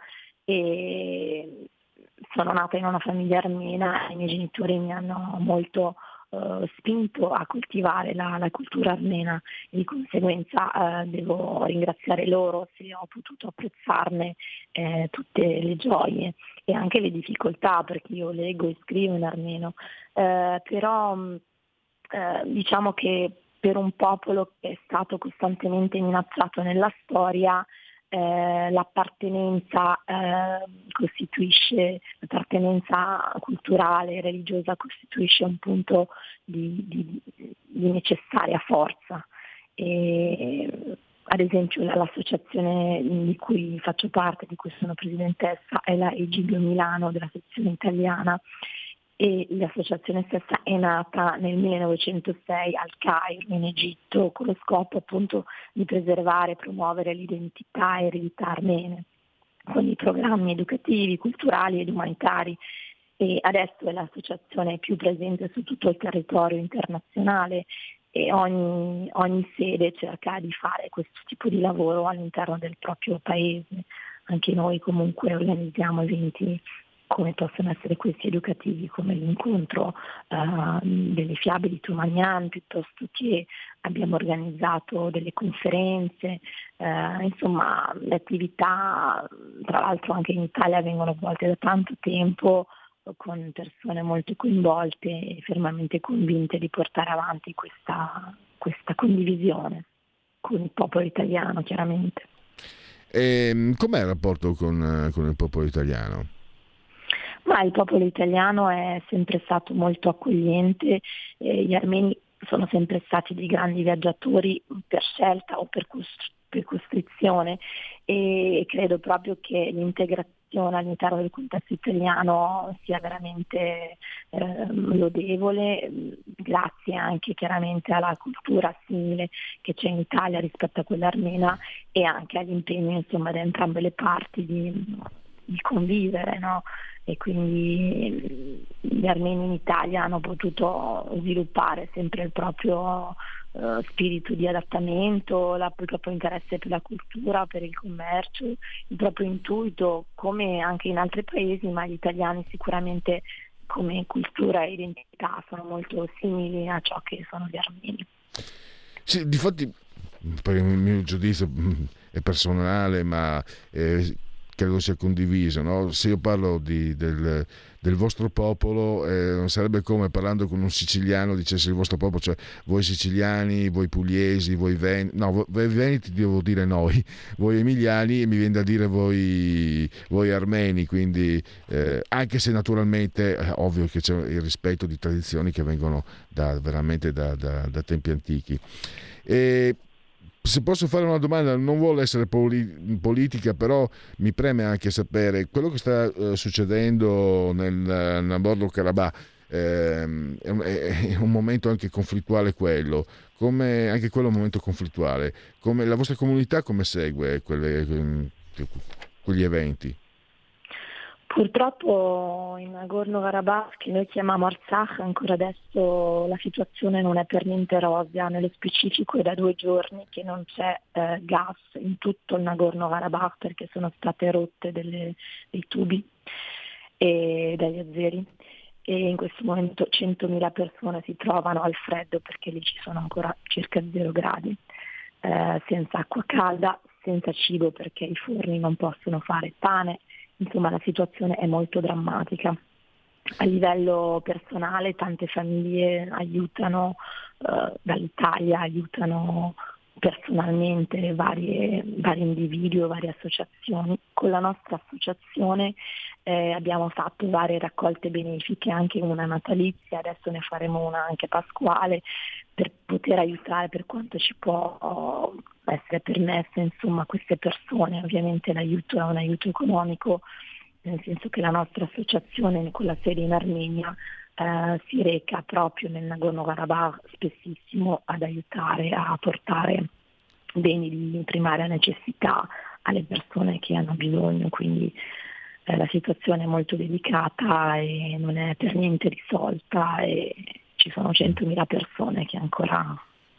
e sono nata in una famiglia armena, i miei genitori mi hanno molto uh, spinto a coltivare la, la cultura armena, e di conseguenza uh, devo ringraziare loro se ho potuto apprezzarne eh, tutte le gioie e anche le difficoltà, perché io leggo e scrivo in armeno, uh, però uh, diciamo che per un popolo che è stato costantemente minacciato nella storia, eh, l'appartenenza eh, costituisce, l'appartenenza culturale e religiosa costituisce un punto di, di, di necessaria forza. E, ad esempio l'associazione di cui faccio parte, di cui sono presidentessa, è la Egidio Milano della sezione italiana, e l'associazione stessa è nata nel millenovecentosei al Cairo, in Egitto, con lo scopo appunto di preservare e promuovere l'identità e eredità armene, con i programmi educativi, culturali ed umanitari. E adesso è l'associazione più presente su tutto il territorio internazionale, e ogni, ogni sede cerca di fare questo tipo di lavoro all'interno del proprio paese. Anche noi comunque organizziamo eventi come possono essere questi educativi, come l'incontro uh, delle fiabe di Tumagnan, piuttosto che abbiamo organizzato delle conferenze, uh, insomma le attività tra l'altro anche in Italia vengono svolte da tanto tempo, con persone molto coinvolte e fermamente convinte di portare avanti questa, questa condivisione con il popolo italiano, chiaramente. E com'è il rapporto con, con il popolo italiano? Ma il popolo italiano è sempre stato molto accogliente, eh, gli armeni sono sempre stati dei grandi viaggiatori per scelta o per, costr- per costrizione, e credo proprio che l'integra- collaborazione all'interno del contesto italiano sia veramente eh, lodevole, grazie anche chiaramente alla cultura simile che c'è in Italia rispetto a quella armena e anche all'impegno insomma da entrambe le parti di, di convivere, no? E quindi gli armeni in Italia hanno potuto sviluppare sempre il proprio uh, spirito di adattamento, la, il proprio interesse per la cultura, per il commercio, il proprio intuito, come anche in altri paesi, ma gli italiani sicuramente come cultura e identità sono molto simili a ciò che sono gli armeni. Sì, difatti, per il mio giudizio è personale, ma eh, credo sia condiviso, no? Se io parlo di, del, del vostro popolo, eh, non sarebbe come parlando con un siciliano dicessi il vostro popolo, cioè voi siciliani, voi pugliesi, voi veneti, no, voi veneti devo dire noi, voi emiliani, e mi viene da dire voi, voi armeni, quindi eh, anche se naturalmente è ovvio che c'è il rispetto di tradizioni che vengono da, veramente da, da, da tempi antichi. E se posso fare una domanda, non vuole essere poli- politica, però mi preme anche sapere quello che sta uh, succedendo nel Nagorno-Karabakh. Eh, è, un, è un momento anche conflittuale quello, come anche quello è un momento conflittuale. Come la vostra comunità come segue quelle, quegli eventi? Purtroppo in Nagorno-Karabakh, che noi chiamiamo Artsakh, ancora adesso la situazione non è per niente rosea. Nello specifico è da due giorni che non c'è eh, gas in tutto il Nagorno-Karabakh perché sono state rotte delle, dei tubi e, dagli azeri, e in questo momento centomila persone si trovano al freddo perché lì ci sono ancora circa zero gradi, eh, senza acqua calda, senza cibo perché i forni non possono fare pane. Insomma, la situazione è molto drammatica. A livello personale tante famiglie aiutano, eh, dall'Italia aiutano personalmente varie, vari individui, varie associazioni. Con la nostra associazione eh, abbiamo fatto varie raccolte benefiche, anche una natalizia, adesso ne faremo una anche pasquale, per poter aiutare per quanto ci può essere permesso, insomma, queste persone. Ovviamente l'aiuto è un aiuto economico, nel senso che la nostra associazione con la sede in Armenia eh, si reca proprio nel Nagorno-Karabakh spessissimo ad aiutare a portare beni di primaria necessità alle persone che hanno bisogno, quindi eh, la situazione è molto delicata e non è per niente risolta e ci sono centomila persone che ancora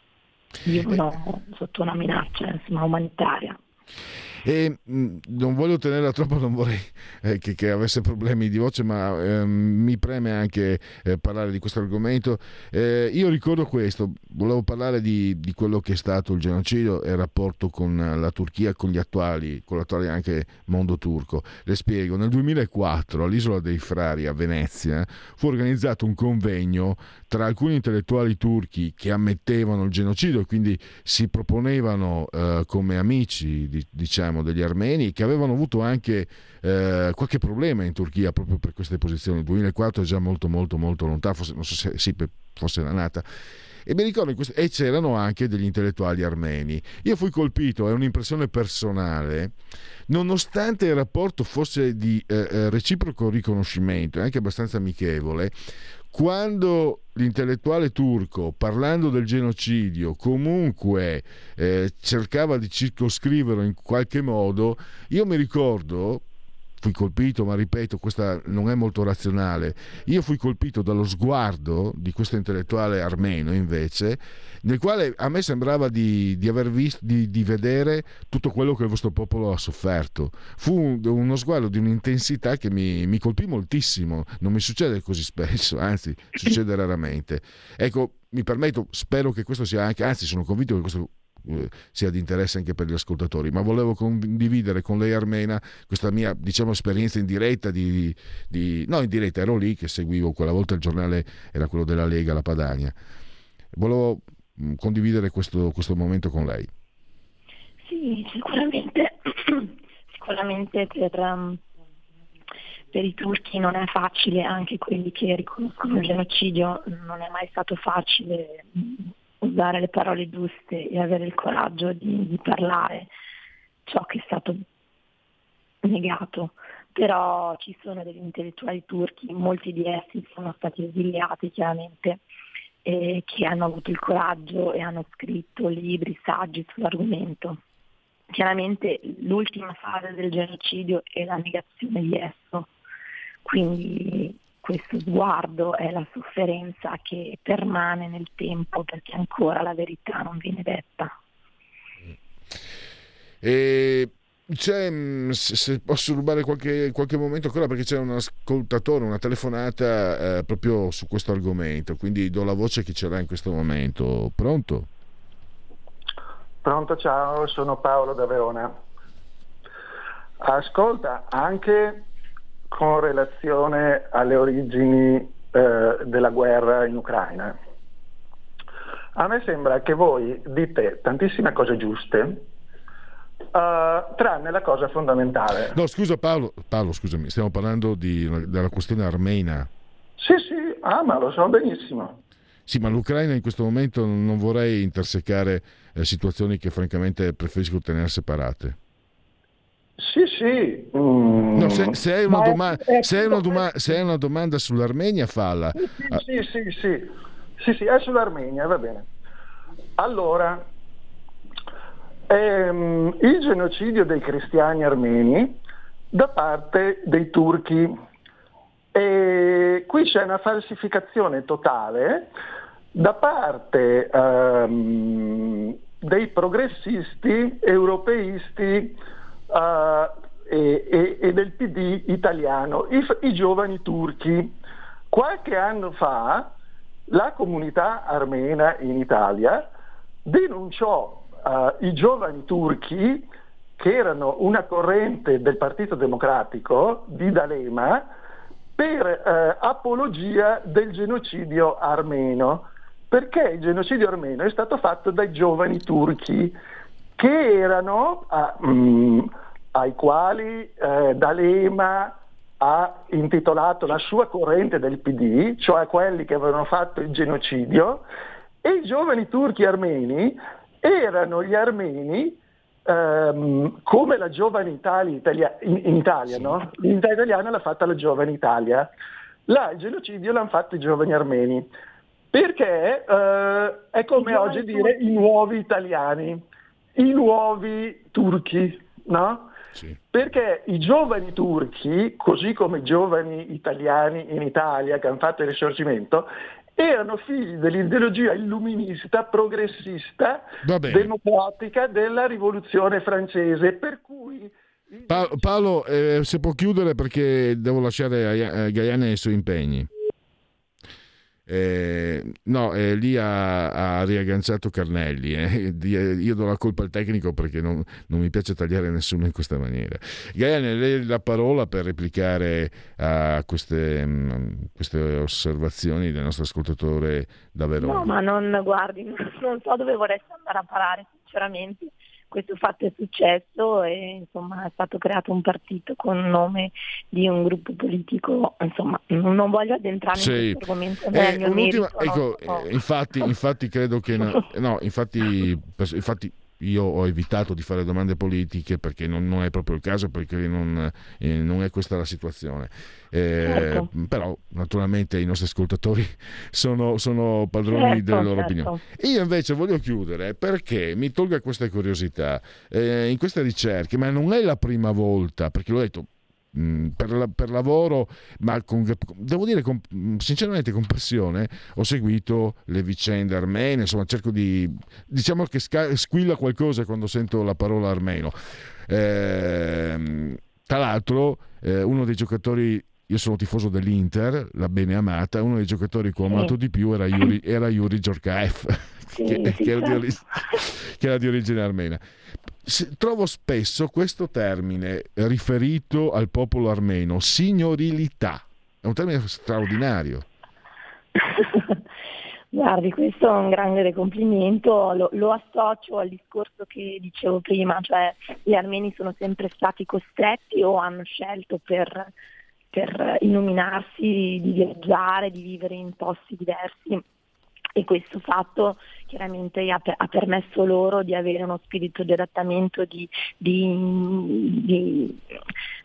vivono sotto una minaccia, insomma, umanitaria. E mh, non voglio tenerla troppo, non vorrei eh, che, che avesse problemi di voce, ma eh, mi preme anche eh, parlare di questo argomento. Eh, io ricordo questo, volevo parlare di, di quello che è stato il genocidio e il rapporto con la Turchia, con gli attuali, con l'attuale anche mondo turco. Le spiego, nel duemilaquattro all'Isola dei Frari a Venezia fu organizzato un convegno tra alcuni intellettuali turchi che ammettevano il genocidio e quindi si proponevano eh, come amici, di, diciamo, degli armeni, che avevano avuto anche eh, qualche problema in Turchia proprio per queste posizioni. Il duemilaquattro è già molto molto molto lontano, forse, non so se sì, fosse la nata. E mi ricordo in questo, e c'erano anche degli intellettuali armeni. Io fui colpito, è un'impressione personale, nonostante il rapporto fosse di eh, reciproco riconoscimento e anche abbastanza amichevole, quando l'intellettuale turco, parlando del genocidio, comunque eh, cercava di circoscriverlo in qualche modo, io mi ricordo, fui colpito, ma ripeto, questa non è molto razionale, io fui colpito dallo sguardo di questo intellettuale armeno invece, nel quale a me sembrava di, di aver visto, di, di vedere tutto quello che il vostro popolo ha sofferto. Fu un, uno sguardo di un'intensità che mi, mi colpì moltissimo. Non mi succede così spesso, anzi succede raramente. Ecco, mi permetto, spero che questo sia anche, anzi sono convinto che questo eh, sia di interesse anche per gli ascoltatori, ma volevo condividere con lei, Armena, questa mia, diciamo, esperienza in diretta di, di no in diretta, ero lì che seguivo, quella volta il giornale era quello della Lega, la Padania. Volevo condividere questo, questo momento con lei. Sì, sicuramente sicuramente per, um, per i turchi non è facile, anche quelli che riconoscono il genocidio, non è mai stato facile usare le parole giuste e avere il coraggio di, di parlare ciò che è stato negato, però ci sono degli intellettuali turchi, molti di essi sono stati esiliati chiaramente, eh, che hanno avuto il coraggio e hanno scritto libri, saggi sull'argomento. Chiaramente l'ultima fase del genocidio è la negazione di esso, quindi questo sguardo è la sofferenza che permane nel tempo perché ancora la verità non viene detta. E c'è, se, se posso rubare qualche, qualche momento ancora, perché c'è un ascoltatore, una telefonata eh, proprio su questo argomento, quindi do la voce a chi ce l'ha in questo momento. Pronto? Pronto, ciao, sono Paolo da Verona. Ascolta, anche con relazione alle origini eh, della guerra in Ucraina, a me sembra che voi dite tantissime cose giuste, Uh, tranne la cosa fondamentale. No, scusa Paolo, Paolo, scusami, stiamo parlando di, della questione armena. Sì, sì, ah, ma lo so benissimo. Sì, ma l'Ucraina in questo momento non vorrei intersecare eh, situazioni che francamente preferisco tenere separate. Sì, sì. Mm. No, se, se, hai una doma- se, hai una doma- se hai una domanda sull'Armenia, falla. Sì, sì, sì, sì, sì, sì, sì, è sull'Armenia, va bene. Allora, ehm, il genocidio dei cristiani armeni da parte dei turchi. E qui c'è una falsificazione totale da parte um, dei progressisti europeisti uh, e, e, e del P D italiano, i, i giovani turchi. Qualche anno fa la comunità armena in Italia denunciò uh, i giovani turchi, che erano una corrente del Partito Democratico di D'Alema, per eh, apologia del genocidio armeno, perché il genocidio armeno è stato fatto dai giovani turchi che erano a, mh, ai quali eh, D'Alema ha intitolato la sua corrente del P D, cioè quelli che avevano fatto il genocidio, e i giovani turchi armeni erano gli armeni Um, come la Giovane Italia, Italia in, in Italia, sì. No? L'unità italiana l'ha fatta la Giovane Italia, là il genocidio l'hanno fatto i giovani armeni, perché uh, è come oggi turchi. Dire i nuovi italiani, i nuovi turchi, no? Sì. Perché i giovani turchi, così come i giovani italiani in Italia che hanno fatto il Risorgimento, erano figli dell'ideologia illuminista, progressista, democratica della rivoluzione francese, per cui... Pa- Paolo, eh, se può chiudere perché devo lasciare a Gaiani i suoi impegni. Eh, no, eh, lì ha, ha riagganciato Carnelli, eh. Io do la colpa al tecnico perché non, non mi piace tagliare nessuno in questa maniera. Gaiani, lei la parola per replicare a queste, mh, queste osservazioni del nostro ascoltatore da Verona. No, ma non guardi, non so dove vorresti andare a parare sinceramente. Questo fatto è successo e insomma è stato creato un partito con nome di un gruppo politico, insomma non voglio addentrarmi sì. in questo argomento, non è il mio merito, ecco, no? infatti, infatti credo che no, no infatti, infatti io ho evitato di fare domande politiche perché non, non è proprio il caso, perché non, eh, non è questa la situazione. Eh, certo. Però naturalmente i nostri ascoltatori sono, sono padroni certo, delle loro certo. opinioni. Io invece voglio chiudere perché mi tolga questa curiosità eh, in queste ricerche, ma non è la prima volta, perché l'ho detto Per, la, per lavoro, ma con, devo dire con, sinceramente con passione ho seguito le vicende armene, insomma cerco di, diciamo che sca, squilla qualcosa quando sento la parola armeno. Eh, tra l'altro eh, uno dei giocatori, io sono tifoso dell'Inter, la bene amata, uno dei giocatori che ho amato di più era Yuri, era Yuri Djorkaeff, sì, che, sì, che, era di, che era di origine armena. Trovo spesso questo termine riferito al popolo armeno, signorilità, è un termine straordinario. Guardi, questo è un grande complimento, lo, lo associo al discorso che dicevo prima, cioè gli armeni sono sempre stati costretti o hanno scelto per, per illuminarsi di viaggiare, di vivere in posti diversi. E questo fatto chiaramente ha, ha permesso loro di avere uno spirito di adattamento, di, di, di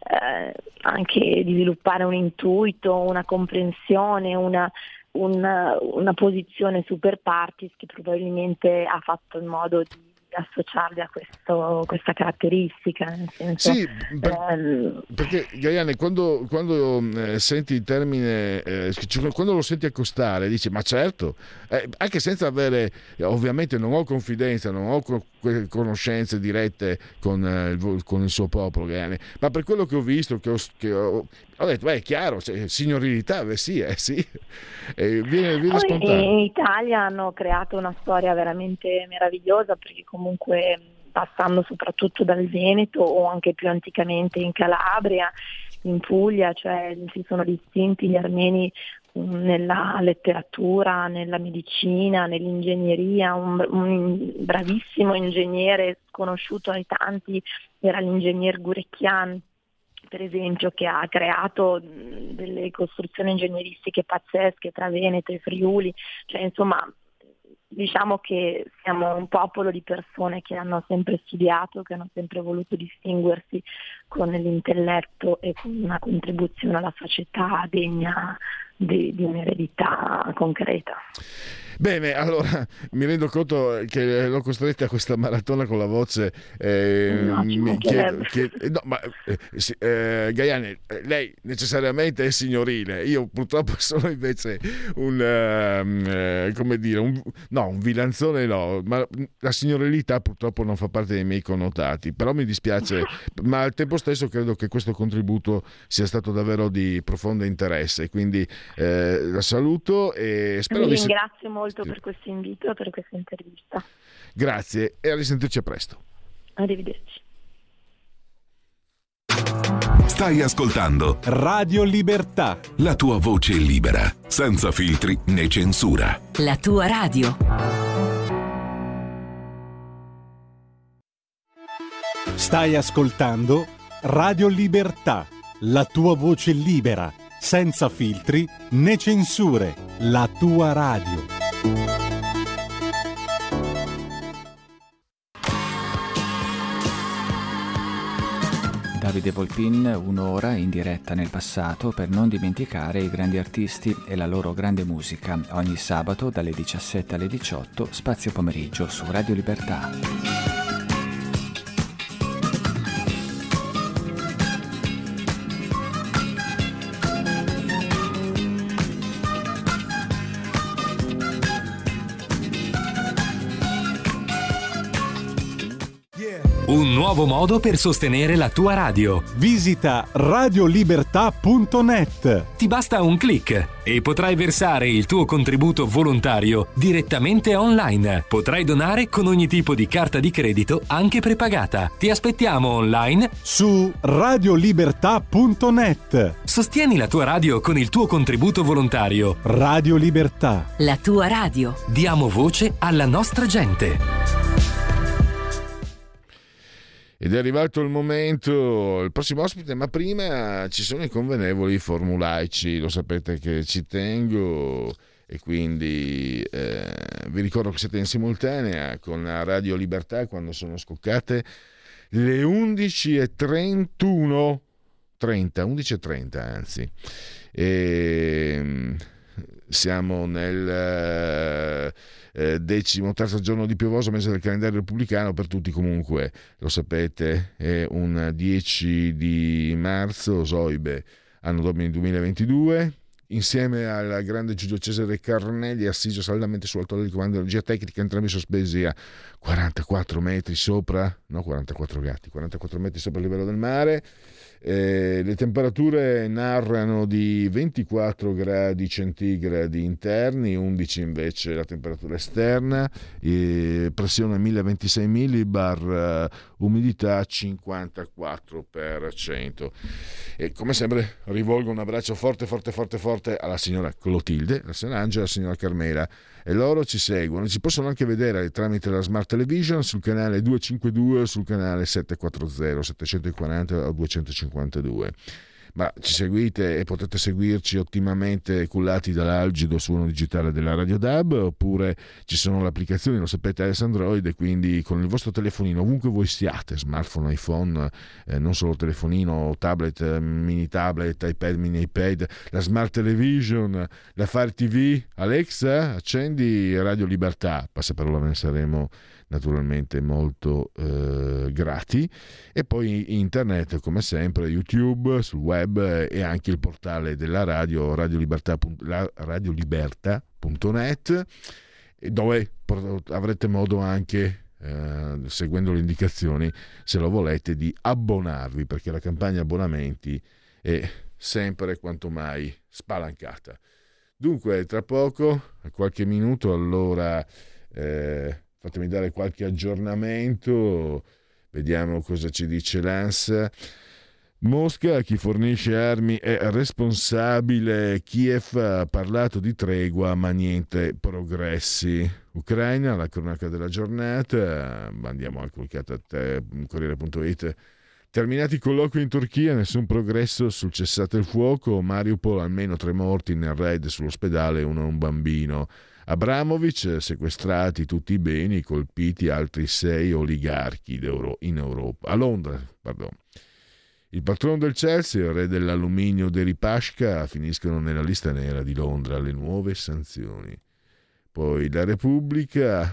eh, anche di sviluppare un intuito, una comprensione, una, una, una posizione super partis che probabilmente ha fatto in modo di associarli a questo, questa caratteristica, nel senso, sì, per, ehm, perché Gaiane, quando, quando eh, senti il termine, eh, quando lo senti accostare, dici ma certo, eh, anche senza avere, ovviamente non ho confidenza, non ho co- conoscenze dirette con, eh, il, con il suo popolo, Gaiane, ma per quello che ho visto, che ho, che ho, ho detto, beh, è chiaro, cioè, signorilità, beh sì, eh, sì. E viene, viene spontaneo. In Italia hanno creato una storia veramente meravigliosa, perché comunque passando soprattutto dal Veneto o anche più anticamente in Calabria, in Puglia, cioè si sono distinti gli armeni nella letteratura, nella medicina, nell'ingegneria. Un, un bravissimo ingegnere sconosciuto ai tanti era l'ingegner Gurecchian, per esempio, che ha creato delle costruzioni ingegneristiche pazzesche tra Veneto e Friuli, cioè insomma diciamo che siamo un popolo di persone che hanno sempre studiato, che hanno sempre voluto distinguersi con l'intelletto e con una contribuzione alla società degna di, di un'eredità concreta. Bene, allora mi rendo conto che l'ho costretta a questa maratona con la voce. Eh, no, mi chiedo, che, no, ma eh, eh, Gaiane, lei necessariamente è signorile. Io purtroppo sono invece un eh, come dire, un, no, un vilanzone, no, ma la signorilità purtroppo non fa parte dei miei connotati. Però mi dispiace, ma al tempo stesso credo che questo contributo sia stato davvero di profondo interesse. Quindi eh, la saluto e spero Vi di ringrazio molto per questo invito e per questa intervista. Grazie e a risentirci a presto. Arrivederci. Stai ascoltando Radio Libertà, la tua voce libera, senza filtri né censura. La tua radio. Stai ascoltando Radio Libertà, la tua voce libera, senza filtri né censure. La tua radio. Davide Volpin, un'ora in diretta nel passato per non dimenticare i grandi artisti e la loro grande musica. Ogni sabato dalle diciassette alle diciotto, spazio pomeriggio su Radio Libertà. Un nuovo modo per sostenere la tua radio. Visita radiolibertà punto net. Ti basta un click e potrai versare il tuo contributo volontario direttamente online. Potrai donare con ogni tipo di carta di credito, anche prepagata. Ti aspettiamo online su radiolibertà punto net. Sostieni la tua radio con il tuo contributo volontario. Radio Libertà. La tua radio. Diamo voce alla nostra gente. Ed è arrivato il momento, il prossimo ospite, ma prima ci sono i convenevoli formulaici, lo sapete che ci tengo e quindi eh, vi ricordo che siete in simultanea con Radio Libertà quando sono scoccate le undici e trentuno, trenta, undici e trenta anzi, e siamo nel eh, decimo terzo giorno di piovoso mese del calendario repubblicano, per tutti comunque lo sapete, è un dieci di marzo, Zoibe, anno domini duemilaventidue, insieme al grande Giulio Cesare Carnelli, assiso saldamente sul altare di comando di regia tecnica, entrambi sospesi a quarantaquattro metri sopra, no quarantaquattro gatti, quarantaquattro metri sopra il livello del mare. Eh, le temperature narrano di ventiquattro gradi centigradi interni, undici invece la temperatura esterna, eh, pressione mille ventisei millibar, eh, umidità cinquantaquattro per cento. E come sempre rivolgo un abbraccio forte forte forte forte alla signora Clotilde, alla signora Angela, alla signora Carmela, e loro ci seguono, ci possono anche vedere tramite la Smart Television sul canale duecentocinquantadue o sul canale settecentoquaranta, settecentoquaranta o duecentocinquantadue. ma ci seguite e potete seguirci ottimamente cullati dall'algido suono digitale della Radio D A B, oppure ci sono le applicazioni, lo sapete, iOS Android, e quindi con il vostro telefonino, ovunque voi siate, smartphone, iPhone, eh, non solo telefonino, tablet, mini tablet, iPad, mini iPad, la Smart Television, la Fire T V, Alexa, accendi Radio Libertà, passaparola, ve ne saremo naturalmente molto eh, grati, e poi internet come sempre, YouTube, sul web, e anche il portale della radio, radiolibertà punto net, dove avrete modo anche, eh, seguendo le indicazioni, se lo volete, di abbonarvi, perché la campagna abbonamenti è sempre quanto mai spalancata. Dunque, tra poco, qualche minuto, allora eh, fatemi dare qualche aggiornamento, vediamo cosa ci dice l'A N S. Mosca, chi fornisce armi è responsabile, Kiev ha parlato di tregua ma niente progressi. Ucraina, la cronaca della giornata, andiamo al Corriere punto it. Terminati i colloqui in Turchia, nessun progresso sul cessate il fuoco, Mariupol almeno tre morti nel raid sull'ospedale, uno un bambino. Abramovic, sequestrati tutti i beni, colpiti altri sei oligarchi in Europa. A Londra, pardon. Il patrono del Chelsea e il re dell'alluminio Deripaska finiscono nella lista nera di Londra, le nuove sanzioni. Poi la Repubblica,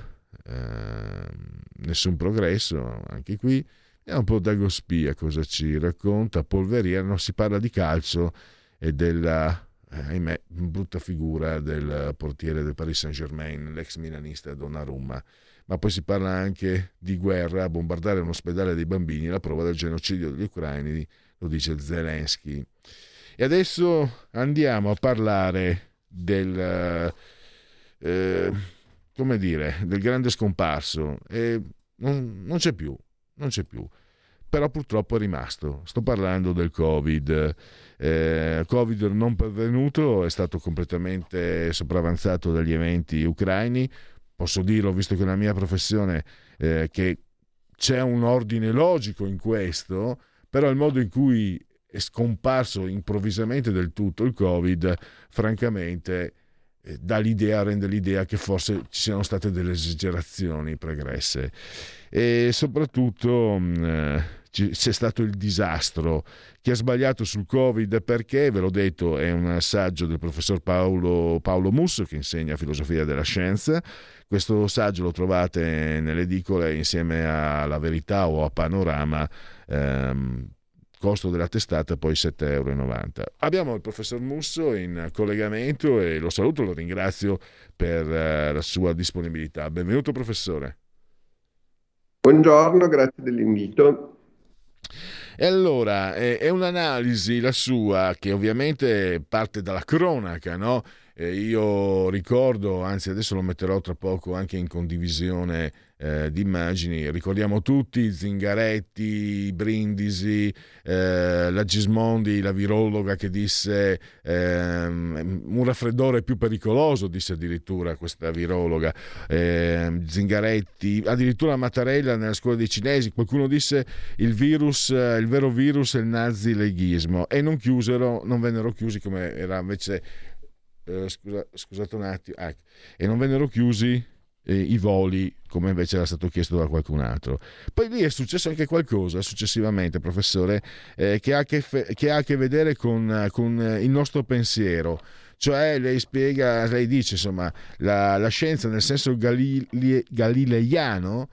eh, nessun progresso, anche qui. È un po' Dagospia cosa ci racconta. Polveriera, non si parla di calcio e della, eh, ahimè, brutta figura del portiere del Paris Saint-Germain, l'ex milanista Donnarumma. Ma poi si parla anche di guerra, bombardare un ospedale dei bambini, la prova del genocidio degli ucraini, lo dice Zelensky. E adesso andiamo a parlare del, eh, come dire, del grande scomparso. E non, non c'è più, non c'è più. Però purtroppo è rimasto. Sto parlando del Covid. Eh, Covid non pervenuto, è stato completamente sopravanzato dagli eventi ucraini. Posso dirlo, visto che nella mia professione, eh, che c'è un ordine logico in questo, però il modo in cui è scomparso improvvisamente del tutto il Covid, francamente, eh, dà l'idea, rende l'idea che forse ci siano state delle esagerazioni pregresse. E soprattutto mh, c'è stato il disastro. Chi ha sbagliato sul Covid perché, ve l'ho detto, è un saggio del professor Paolo, Paolo Musso, che insegna filosofia della scienza. Questo saggio lo trovate nelle edicole insieme a La Verità o a Panorama, ehm, costo della testata poi sette virgola novanta euro. Abbiamo il professor Musso in collegamento e lo saluto, lo ringrazio per eh, la sua disponibilità. Benvenuto professore. Buongiorno, grazie dell'invito. E allora, è un'analisi la sua che ovviamente parte dalla cronaca, no? Eh, io ricordo, anzi adesso lo metterò tra poco anche in condivisione eh, di immagini, ricordiamo tutti Zingaretti, Brindisi, eh, la Gismondi, la virologa che disse eh, un raffreddore più pericoloso, disse addirittura questa virologa, eh, Zingaretti, addirittura Mattarella nella scuola dei cinesi, qualcuno disse il virus, il vero virus è il nazileghismo, e non chiusero, non vennero chiusi come era invece Eh, scusa, scusate un attimo, ah, e non vennero chiusi eh, i voli come invece era stato chiesto da qualcun altro. Poi lì è successo anche qualcosa successivamente, professore, eh, che, ha che, fe- che ha a che vedere con, con il nostro pensiero. Cioè lei spiega, lei dice insomma la, la scienza nel senso galile- galileiano,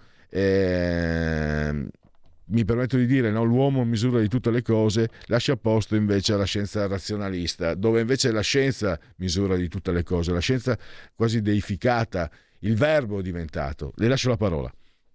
eh, mi permetto di dire, no? L'uomo misura di tutte le cose, lascia posto invece alla scienza razionalista, dove invece la scienza misura di tutte le cose, la scienza quasi deificata, il verbo è diventato. Le lascio la parola.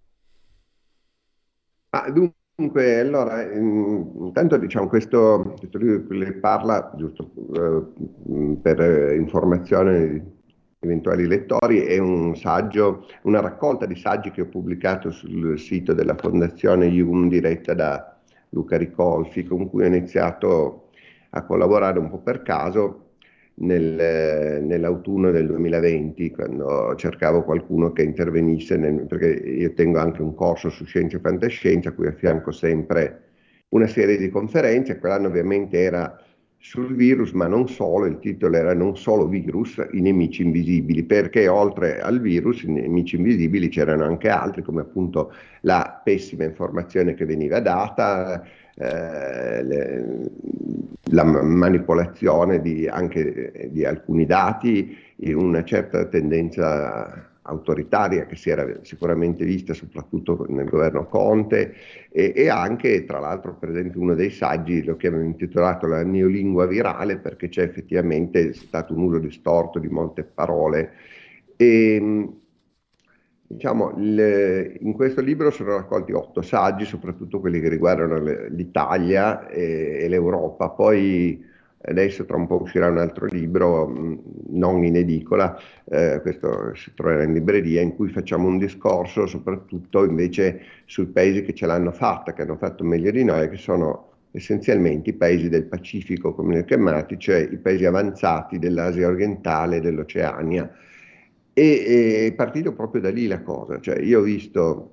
Ah, dunque, allora, intanto diciamo questo, questo libro di cui lei parla, giusto eh, per informazione di eventuali lettori, è un saggio, una raccolta di saggi che ho pubblicato sul sito della Fondazione Ium diretta da Luca Ricolfi, con cui ho iniziato a collaborare un po' per caso nel, nell'autunno del duemilaventi, quando cercavo qualcuno che intervenisse, nel, perché io tengo anche un corso su scienza e fantascienza a cui affianco sempre una serie di conferenze. Quell'anno ovviamente era sul virus, ma non solo, il titolo era non solo virus, i nemici invisibili, perché oltre al virus, i nemici invisibili, c'erano anche altri, come appunto la pessima informazione che veniva data, eh, le, la manipolazione di, anche di alcuni dati, una certa tendenza autoritaria che si era sicuramente vista soprattutto nel governo Conte, e, e anche, tra l'altro, per esempio, uno dei saggi lo chiamano intitolato La neolingua virale, perché c'è effettivamente stato un uso distorto di molte parole. E, diciamo, il, in questo libro sono raccolti otto saggi, soprattutto quelli che riguardano le, l'Italia e, e l'Europa. Poi adesso tra un po' uscirà un altro libro, mh, non in edicola, eh, questo si troverà in libreria, in cui facciamo un discorso soprattutto invece sui paesi che ce l'hanno fatta, che hanno fatto meglio di noi, che sono essenzialmente i paesi del Pacifico, come li ho chiamati, cioè i paesi avanzati dell'Asia orientale e dell'Oceania. E è partito proprio da lì la cosa, cioè io ho visto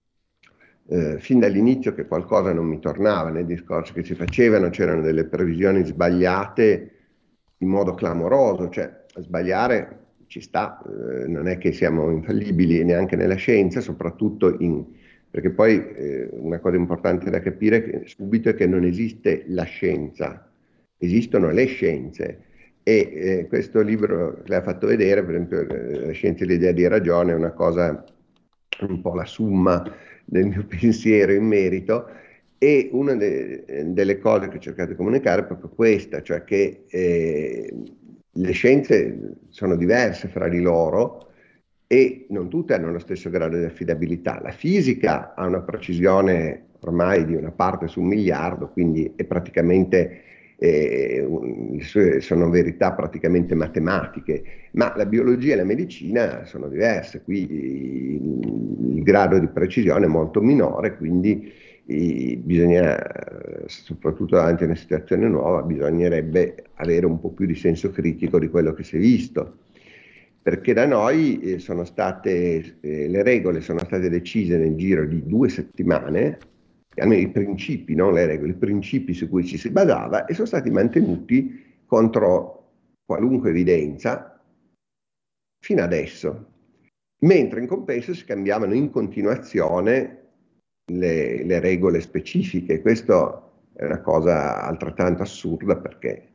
Eh, fin dall'inizio che qualcosa non mi tornava nei discorsi che si facevano, c'erano delle previsioni sbagliate in modo clamoroso, cioè sbagliare ci sta, eh, non è che siamo infallibili neanche nella scienza, soprattutto in, perché poi eh, una cosa importante da capire che, subito è che non esiste la scienza, esistono le scienze. E eh, questo libro che l'ha fatto vedere, per esempio, eh, La scienza e l'idea di ragione, è una cosa, un po' la summa del mio pensiero in merito, e una de- delle cose che ho cercato di comunicare è proprio questa, cioè che eh, le scienze sono diverse fra di loro e non tutte hanno lo stesso grado di affidabilità. La fisica ha una precisione ormai di una parte su un miliardo, quindi è praticamente eh, sono verità praticamente matematiche, ma la biologia e la medicina sono diverse, qui il grado di precisione è molto minore, quindi eh, bisogna, soprattutto davanti a una situazione nuova, bisognerebbe avere un po' più di senso critico di quello che si è visto, perché da noi eh, sono state, eh, le regole sono state decise nel giro di due settimane, almeno i principi, non le regole, i principi su cui ci si basava, e sono stati mantenuti contro qualunque evidenza fino adesso, mentre in compenso si cambiavano in continuazione le, le regole specifiche. Questo è una cosa altrettanto assurda, perché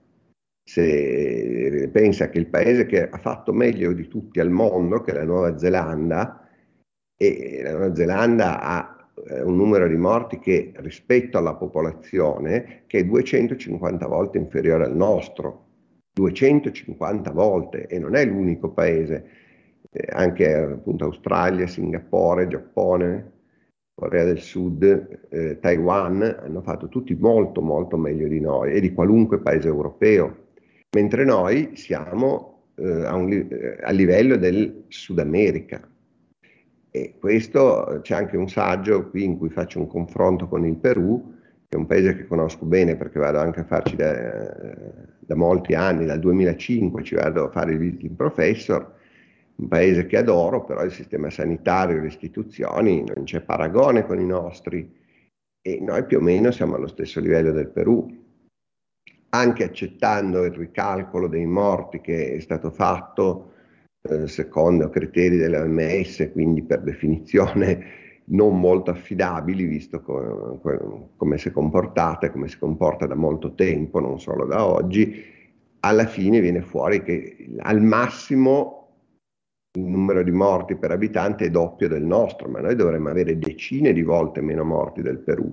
se pensa che il paese che ha fatto meglio di tutti al mondo, che è la Nuova Zelanda, e la Nuova Zelanda ha un numero di morti che rispetto alla popolazione che è duecentocinquanta volte inferiore al nostro, duecentocinquanta volte, e non è l'unico paese, eh, anche appunto Australia, Singapore, Giappone, Corea del Sud, eh, Taiwan hanno fatto tutti molto molto meglio di noi e di qualunque paese europeo, mentre noi siamo eh, a, un, eh, a livello del Sud America. E questo, c'è anche un saggio qui in cui faccio un confronto con il Perù, che è un paese che conosco bene perché vado anche a farci da, da molti anni, dal duemilacinque ci vado a fare il visiting professor, un paese che adoro, però il sistema sanitario, le istituzioni, non c'è paragone con i nostri, e noi più o meno siamo allo stesso livello del Perù, anche accettando il ricalcolo dei morti che è stato fatto secondo criteri dell'O M S, quindi per definizione non molto affidabili, visto co- co- come si è comportata e come si comporta da molto tempo, non solo da oggi. Alla fine viene fuori che al massimo il numero di morti per abitante è doppio del nostro, ma noi dovremmo avere decine di volte meno morti del Perù.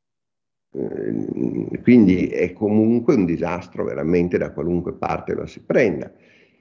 Eh, quindi è comunque un disastro veramente da qualunque parte lo si prenda.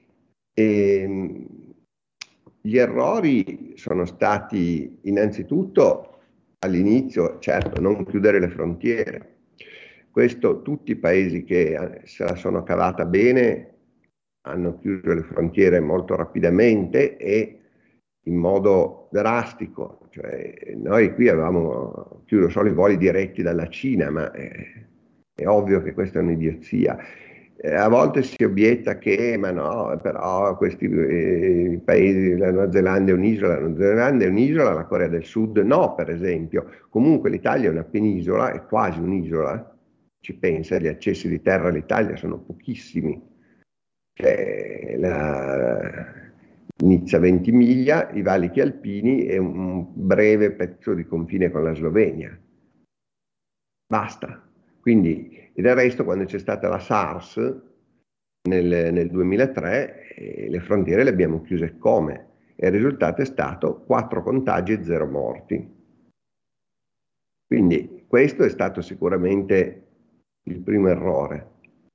E gli errori sono stati innanzitutto all'inizio, certo, non chiudere le frontiere. Questo tutti i paesi che se la sono cavata bene hanno chiuso le frontiere molto rapidamente e in modo drastico. Cioè, noi qui avevamo chiuso solo i voli diretti dalla Cina, ma è, è ovvio che questa è un'idiozia. Eh, a volte si obietta che, ma no, però questi eh, paesi, la Nuova Zelanda è un'isola, la Nuova Zelanda è un'isola, la Corea del Sud no, per esempio. Comunque l'Italia è una penisola, è quasi un'isola, ci pensa, gli accessi di terra all'Italia sono pochissimi. Cioè, la Nizza Ventimiglia, i valichi alpini e un breve pezzo di confine con la Slovenia. Basta. Quindi, e del resto, quando c'è stata la SARS nel, nel duemilatré, eh, le frontiere le abbiamo chiuse come? E il risultato è stato quattro contagi e zero morti. Quindi questo è stato sicuramente il primo errore.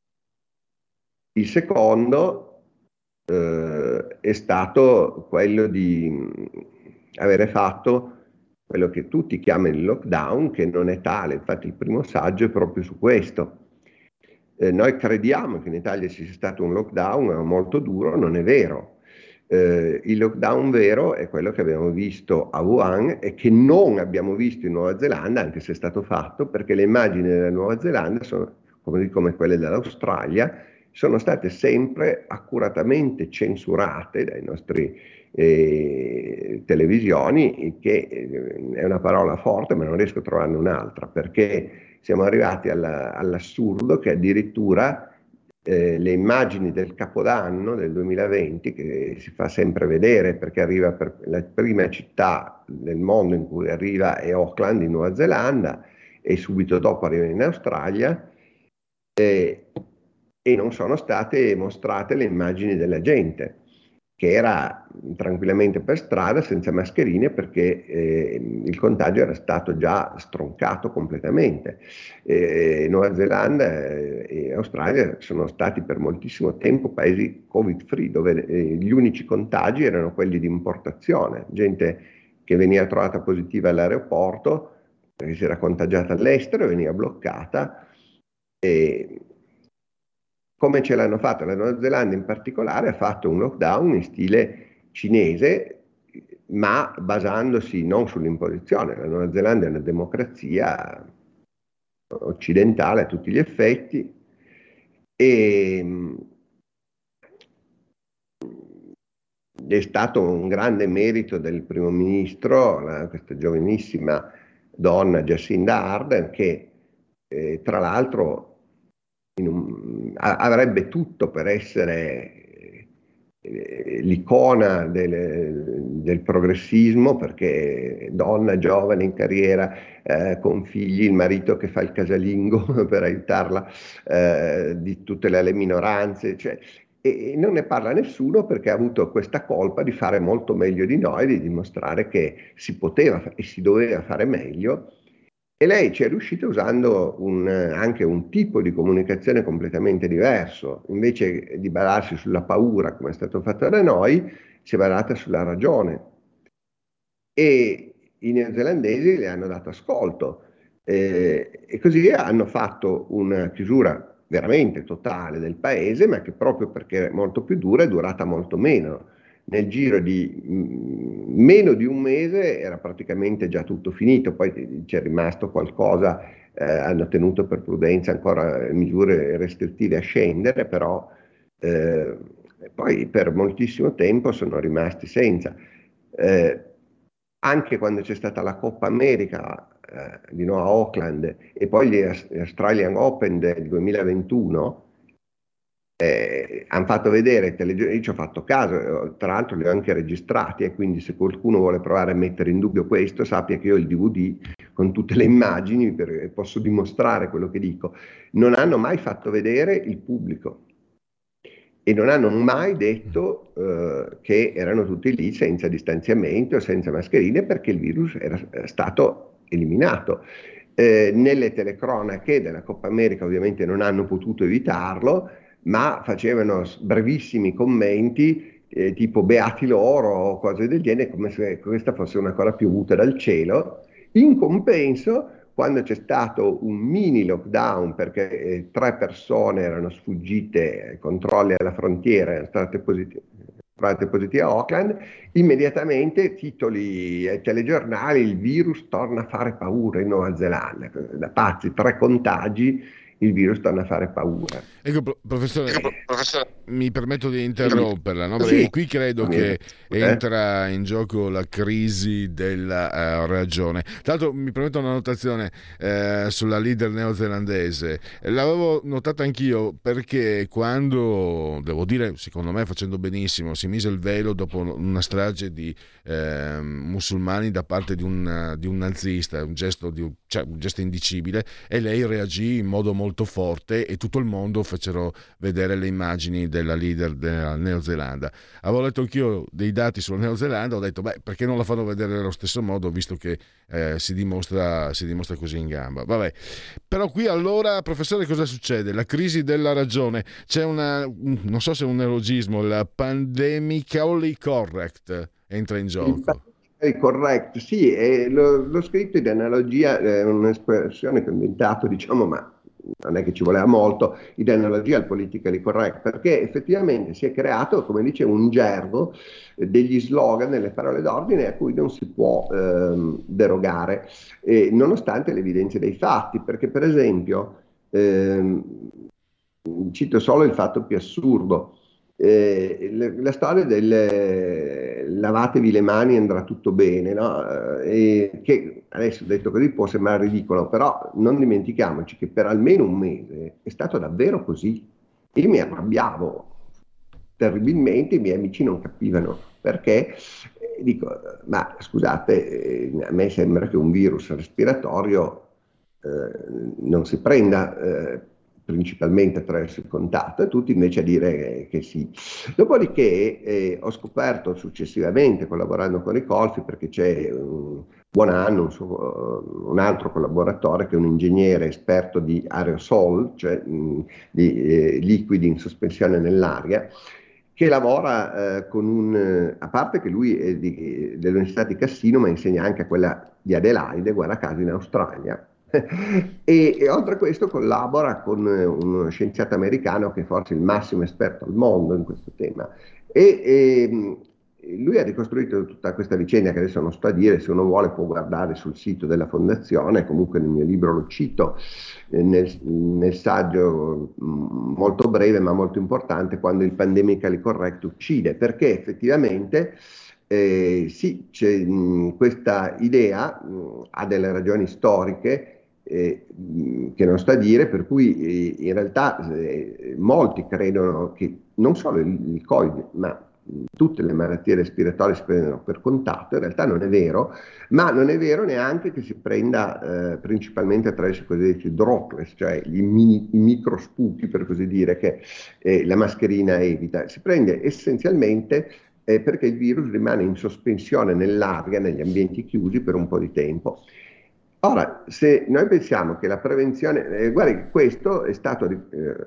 Il secondo eh, è stato quello di avere fatto quello che tutti chiamano il lockdown, che non è tale. Infatti il primo saggio è proprio su questo. Eh, noi crediamo che in Italia ci sia stato un lockdown molto duro, non è vero. Eh, il lockdown vero è quello che abbiamo visto a Wuhan e che non abbiamo visto in Nuova Zelanda, anche se è stato fatto, perché le immagini della Nuova Zelanda sono, come, come quelle dell'Australia, sono state sempre accuratamente censurate dai nostri eh, televisioni, che eh, è una parola forte, ma non riesco a trovarne un'altra, perché siamo arrivati alla, all'assurdo che addirittura eh, le immagini del Capodanno del duemilaventi, che si fa sempre vedere perché arriva per la prima città del mondo in cui arriva è Auckland in Nuova Zelanda e subito dopo arriva in Australia, eh, e non sono state mostrate le immagini della gente che era tranquillamente per strada senza mascherine, perché eh, il contagio era stato già stroncato completamente. Eh, Nuova Zelanda e Australia sono stati per moltissimo tempo paesi covid free, dove eh, gli unici contagi erano quelli di importazione, gente che veniva trovata positiva all'aeroporto perché si era contagiata all'estero, veniva bloccata. E come ce l'hanno fatto? La Nuova Zelanda in particolare ha fatto un lockdown in stile cinese, ma basandosi non sull'imposizione. La Nuova Zelanda è una democrazia occidentale a tutti gli effetti e è stato un grande merito del primo ministro, la, questa giovanissima donna Jacinda Ardern, che eh, tra l'altro In un, avrebbe tutto per essere eh, l'icona del, del progressismo, perché donna giovane in carriera, eh, con figli, il marito che fa il casalingo per aiutarla, eh, di tutte le, le minoranze, cioè, e, e non ne parla nessuno perché ha avuto questa colpa di fare molto meglio di noi, di dimostrare che si poteva e si doveva fare meglio. E lei ci è riuscita usando un, anche un tipo di comunicazione completamente diverso. Invece di basarsi sulla paura, come è stato fatto da noi, si è basata sulla ragione. E i neozelandesi le hanno dato ascolto. Eh, e così hanno fatto una chiusura veramente totale del paese, ma che proprio perché è molto più dura è durata molto meno. Nel giro di mh, meno di un mese era praticamente già tutto finito, poi c'è rimasto qualcosa, eh, hanno tenuto per prudenza ancora misure restrittive a scendere, però eh, poi per moltissimo tempo sono rimasti senza. Eh, anche quando c'è stata la Coppa America eh, di nuovo a Auckland e poi gli Australian Open del duemilaventuno, Eh, hanno fatto vedere, io ci ho fatto caso, tra l'altro li ho anche registrati, e quindi se qualcuno vuole provare a mettere in dubbio questo, sappia che io ho il D V D con tutte le immagini, per, posso dimostrare quello che dico. Non hanno mai fatto vedere il pubblico e non hanno mai detto eh, che erano tutti lì senza distanziamento, senza mascherine, perché il virus era stato eliminato. Eh, nelle telecronache della Coppa America ovviamente non hanno potuto evitarlo, ma facevano brevissimi commenti eh, tipo beati loro o cose del genere, come se questa fosse una cosa piovuta dal cielo. In compenso, quando c'è stato un mini lockdown perché eh, tre persone erano sfuggite ai controlli alla frontiera, erano state positive, state positive a Auckland, immediatamente titoli ai telegiornali: il virus torna a fare paura in Nuova Zelanda, da pazzi, tre contagi il virus torna a fare paura. Ecco, pro- professore, ecco, professore, mi permetto di interromperla, no? Perché sì. qui credo che entra in gioco la crisi della uh, ragione. Tra l'altro mi permetto una notazione uh, sulla leader neozelandese. L'avevo notata anch'io perché quando, devo dire, secondo me facendo benissimo, si mise il velo dopo una strage di uh, musulmani da parte di un, di un nazista, un gesto, di, cioè, un gesto indicibile, e lei reagì in modo molto forte e tutto il mondo fecero vedere le immagini della leader della Neozelanda. Avevo letto anch'io dei dati sulla Neozelanda, ho detto beh, perché non la fanno vedere nello stesso modo, visto che eh, si dimostra si dimostra così in gamba. Vabbè, però qui allora, professore, cosa succede? La crisi della ragione, c'è una, non so se è un neologismo, la pandemically correct entra in gioco. Correct, sì, e l'ho, l'ho scritto in analogia, è un'espressione che ho inventato, diciamo, ma non è che ci voleva molto, in analogia al politically correct, perché effettivamente si è creato, come dice, un gergo degli slogan, delle parole d'ordine a cui non si può ehm, derogare, e, nonostante l'evidenza dei fatti, perché per esempio, ehm, cito solo il fatto più assurdo, Eh, la storia del eh, lavatevi le mani e andrà tutto bene, no? Eh, che adesso detto così può sembrare ridicolo, però non dimentichiamoci che per almeno un mese è stato davvero così. Io mi arrabbiavo terribilmente, i miei amici non capivano perché, eh, dico, ma scusate, eh, a me sembra che un virus respiratorio eh, non si prenda eh, principalmente attraverso il contatto, e tutti invece a dire che sì. Dopodiché eh, ho scoperto successivamente, collaborando con i Colfi, perché c'è un buon anno un, suo, un altro collaboratore che è un ingegnere esperto di aerosol, cioè mh, di eh, liquidi in sospensione nell'aria, che lavora eh, con un, a parte che lui è di, dell'Università di Cassino, ma insegna anche a quella di Adelaide, guarda caso in Australia. E, e oltre a questo collabora con uno scienziato americano che è forse il massimo esperto al mondo in questo tema, e, e lui ha ricostruito tutta questa vicenda che adesso non sto a dire, se uno vuole può guardare sul sito della fondazione, comunque nel mio libro lo cito eh, nel, nel saggio mh, molto breve ma molto importante, Quando il pandemically correct uccide, perché effettivamente eh, sì, c'è mh, questa idea, mh, ha delle ragioni storiche Eh, che non sta a dire, per cui eh, in realtà eh, molti credono che non solo il, il Covid, ma tutte le malattie respiratorie si prendono per contatto. In realtà non è vero, ma non è vero neanche che si prenda eh, principalmente attraverso i cosiddetti droplets, cioè i, mini, i microsputi, per così dire, che eh, la mascherina evita. Si prende essenzialmente eh, perché il virus rimane in sospensione nell'aria, negli ambienti chiusi, per un po' di tempo. Ora, se noi pensiamo che la prevenzione, eh, guardi, questo è stato, eh,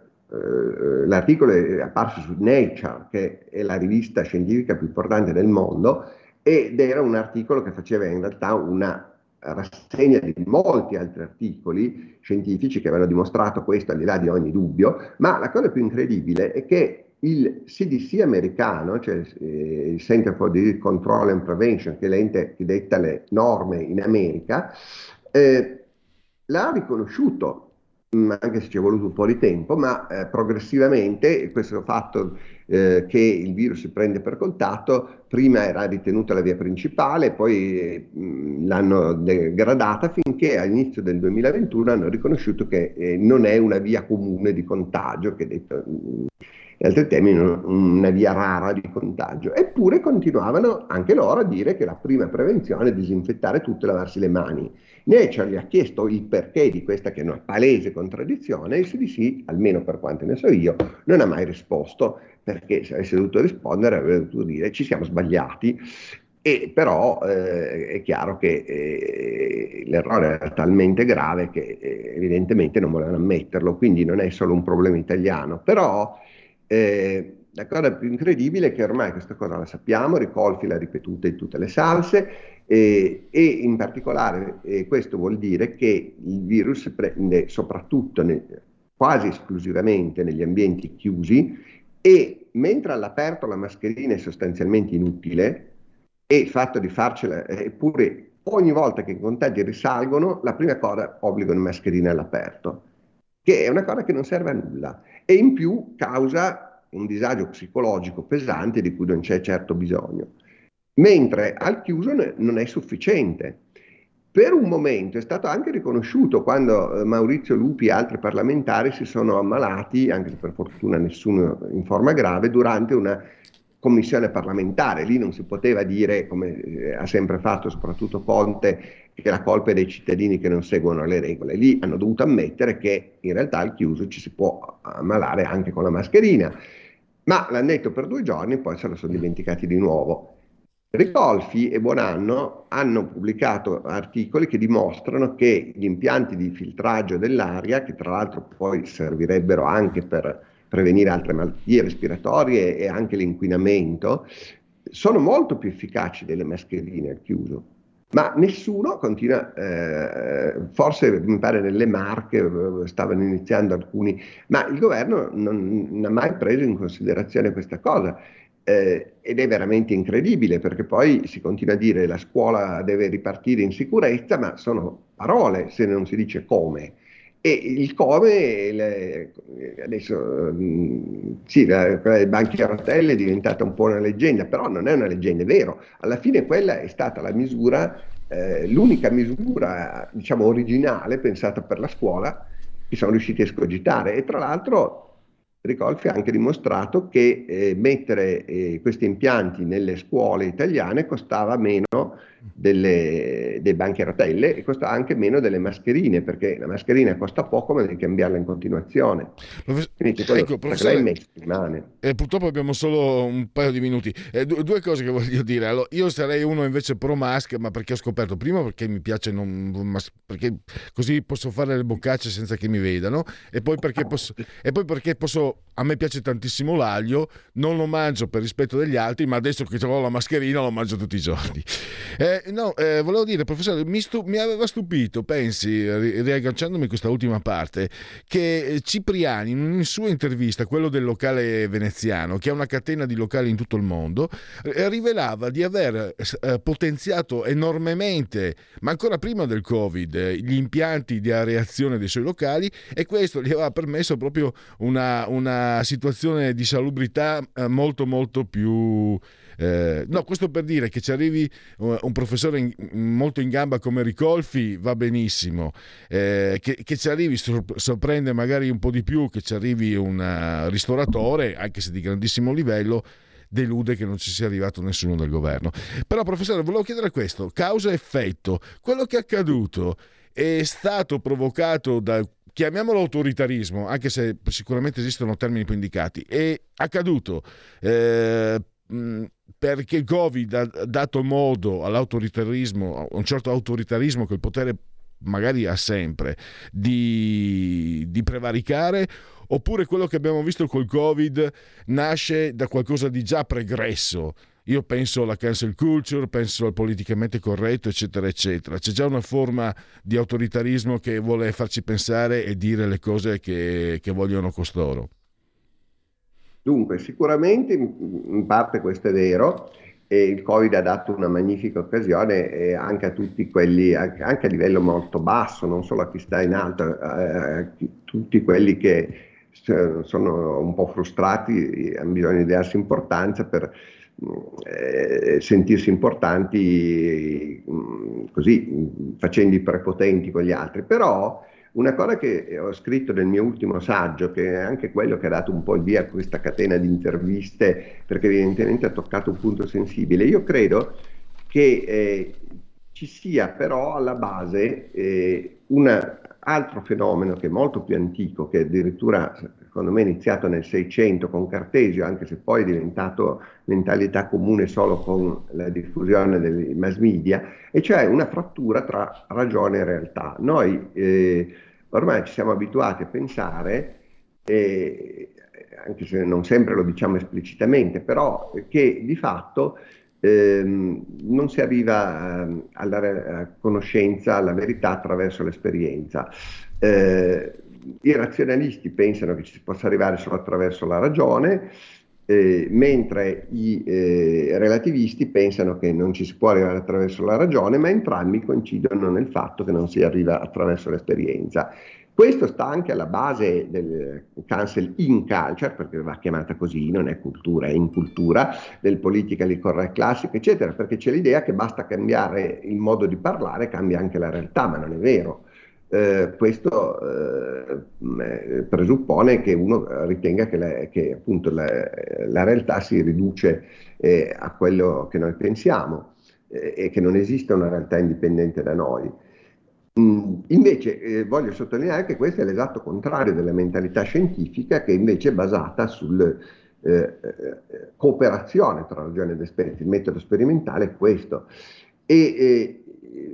eh, l'articolo è apparso su Nature, che è la rivista scientifica più importante del mondo, ed era un articolo che faceva in realtà una rassegna di molti altri articoli scientifici che avevano dimostrato questo al di là di ogni dubbio, ma la cosa più incredibile è che il C D C americano, cioè eh, il Center for Disease Control and Prevention, che è l'ente che detta le norme in America, Eh, l'ha riconosciuto, mh, anche se ci è voluto un po' di tempo, ma eh, progressivamente questo fatto eh, che il virus si prende per contatto, prima era ritenuta la via principale, poi mh, l'hanno degradata finché all'inizio del duemilaventuno hanno riconosciuto che eh, non è una via comune di contagio, che detto mh, in altri termini una via rara di contagio. Eppure continuavano anche loro a dire che la prima prevenzione è disinfettare tutto e lavarsi le mani. Nature gli ha chiesto il perché di questa, che è una palese contraddizione, e il C D C, almeno per quanto ne so io, non ha mai risposto, perché se avesse dovuto rispondere avrebbe dovuto dire ci siamo sbagliati. E però eh, è chiaro che eh, l'errore era talmente grave che eh, evidentemente non volevano ammetterlo, quindi non è solo un problema italiano. Però eh, la cosa più incredibile è che ormai questa cosa la sappiamo, Ricolfi l'ha ripetuta in tutte le salse, eh, e in particolare eh, questo vuol dire che il virus prende soprattutto ne, quasi esclusivamente negli ambienti chiusi, e mentre all'aperto la mascherina è sostanzialmente inutile, e il fatto di farcela, eppure ogni volta che i contagi risalgono, la prima cosa obbligano mascherine all'aperto. che è una cosa che non serve a nulla e in più causa un disagio psicologico pesante di cui non c'è certo bisogno, mentre al chiuso non è sufficiente. Per un momento è stato anche riconosciuto quando Maurizio Lupi e altri parlamentari si sono ammalati, anche se per fortuna nessuno in forma grave, durante una commissione parlamentare. Lì non si poteva dire, come ha sempre fatto soprattutto Conte, che la colpa è dei cittadini che non seguono le regole. Lì hanno dovuto ammettere che in realtà al chiuso ci si può ammalare anche con la mascherina, ma l'hanno detto per due giorni, poi se lo sono dimenticati di nuovo. Ricolfi e Buonanno hanno pubblicato articoli che dimostrano che gli impianti di filtraggio dell'aria, che tra l'altro poi servirebbero anche per prevenire altre malattie respiratorie e anche l'inquinamento, sono molto più efficaci delle mascherine al chiuso. Ma nessuno continua, eh, forse mi pare nelle Marche stavano iniziando alcuni, ma il governo non, non ha mai preso in considerazione questa cosa. Eh, ed è veramente incredibile, perché poi si continua a dire la scuola deve ripartire in sicurezza, ma sono parole se non si dice come. E il come, le, adesso mh, sì, la, quella dei banchi a rotelle è diventata un po' una leggenda, però non è una leggenda, è vero. Alla fine quella è stata la misura, eh, l'unica misura, diciamo, originale pensata per la scuola che sono riusciti a escogitare. E tra l'altro Ricolfi ha anche dimostrato che eh, mettere eh, questi impianti nelle scuole italiane costava meno delle, dei banchi a rotelle e costava anche meno delle mascherine, perché la mascherina costa poco ma devi cambiarla in continuazione. Profes- Quindi quello, ecco, professore, l'hai messo in mano. Eh, purtroppo abbiamo solo un paio di minuti. Eh, due, due cose che voglio dire. Allora, io sarei uno invece pro mask, ma perché ho scoperto, prima perché mi piace non, mas- perché così posso fare le boccacce senza che mi vedano, e poi perché posso, e poi perché posso, a me piace tantissimo l'aglio, non lo mangio per rispetto degli altri, ma adesso che ho la mascherina lo mangio tutti i giorni. Eh, no, eh, volevo dire, professore, mi, stu- mi aveva stupito, pensi, ri- riagganciandomi a questa ultima parte, che Cipriani in sua intervista, quello del locale veneziano, che ha una catena di locali in tutto il mondo, eh, rivelava di aver eh, potenziato enormemente, ma ancora prima del Covid, eh, gli impianti di areazione dei suoi locali, e questo gli aveva permesso proprio una, una situazione di salubrità eh, molto molto più... Eh, no, questo per dire che ci arrivi uh, un professore in, molto in gamba come Ricolfi va benissimo, eh, che, che ci arrivi sor- sorprende magari un po' di più, che ci arrivi un uh, ristoratore, anche se di grandissimo livello, delude che non ci sia arrivato nessuno del governo. Però professore, volevo chiedere questo, causa-effetto, quello che è accaduto è stato provocato da, chiamiamolo autoritarismo, anche se sicuramente esistono termini più indicati, è accaduto eh, perché il Covid ha dato modo all'autoritarismo, a un certo autoritarismo che il potere magari ha sempre, di, di prevaricare, oppure quello che abbiamo visto col Covid nasce da qualcosa di già pregresso? Io penso alla cancel culture, penso al politicamente corretto, eccetera, eccetera. C'è già una forma di autoritarismo che vuole farci pensare e dire le cose che, che vogliono costoro. Dunque, sicuramente in parte questo è vero, e il Covid ha dato una magnifica occasione eh, anche a tutti quelli, anche, anche a livello molto basso, non solo a chi sta in alto, a, a tutti quelli che sono un po' frustrati, hanno bisogno di darsi importanza per eh, sentirsi importanti così, facendo i prepotenti con gli altri. Però una cosa che ho scritto nel mio ultimo saggio, che è anche quello che ha dato un po' il via a questa catena di interviste, perché evidentemente ha toccato un punto sensibile, io credo che eh, ci sia però alla base eh, un altro fenomeno che è molto più antico, che addirittura secondo me è iniziato nel Seicento con Cartesio, anche se poi è diventato mentalità comune solo con la diffusione dei mass media, e cioè una frattura tra ragione e realtà. Noi eh, ormai ci siamo abituati a pensare, eh, anche se non sempre lo diciamo esplicitamente, però che di fatto ehm, non si arriva eh, alla conoscenza, alla verità attraverso l'esperienza. Eh, I razionalisti pensano che ci si possa arrivare solo attraverso la ragione, eh, mentre i eh, relativisti pensano che non ci si può arrivare attraverso la ragione, ma entrambi coincidono nel fatto che non si arriva attraverso l'esperienza. Questo sta anche alla base del cancel in culture, perché va chiamata così, non è cultura, è incultura, del politically correct classic, eccetera, perché c'è l'idea che basta cambiare il modo di parlare, cambia anche la realtà, ma non è vero. Eh, questo eh, presuppone che uno ritenga che, la, che appunto la, la realtà si riduce eh, a quello che noi pensiamo eh, e che non esiste una realtà indipendente da noi. Mm, invece eh, voglio sottolineare che questo è l'esatto contrario della mentalità scientifica, che invece è basata sulla eh, eh, cooperazione tra ragione ed esperti. Il metodo sperimentale è questo. E, eh,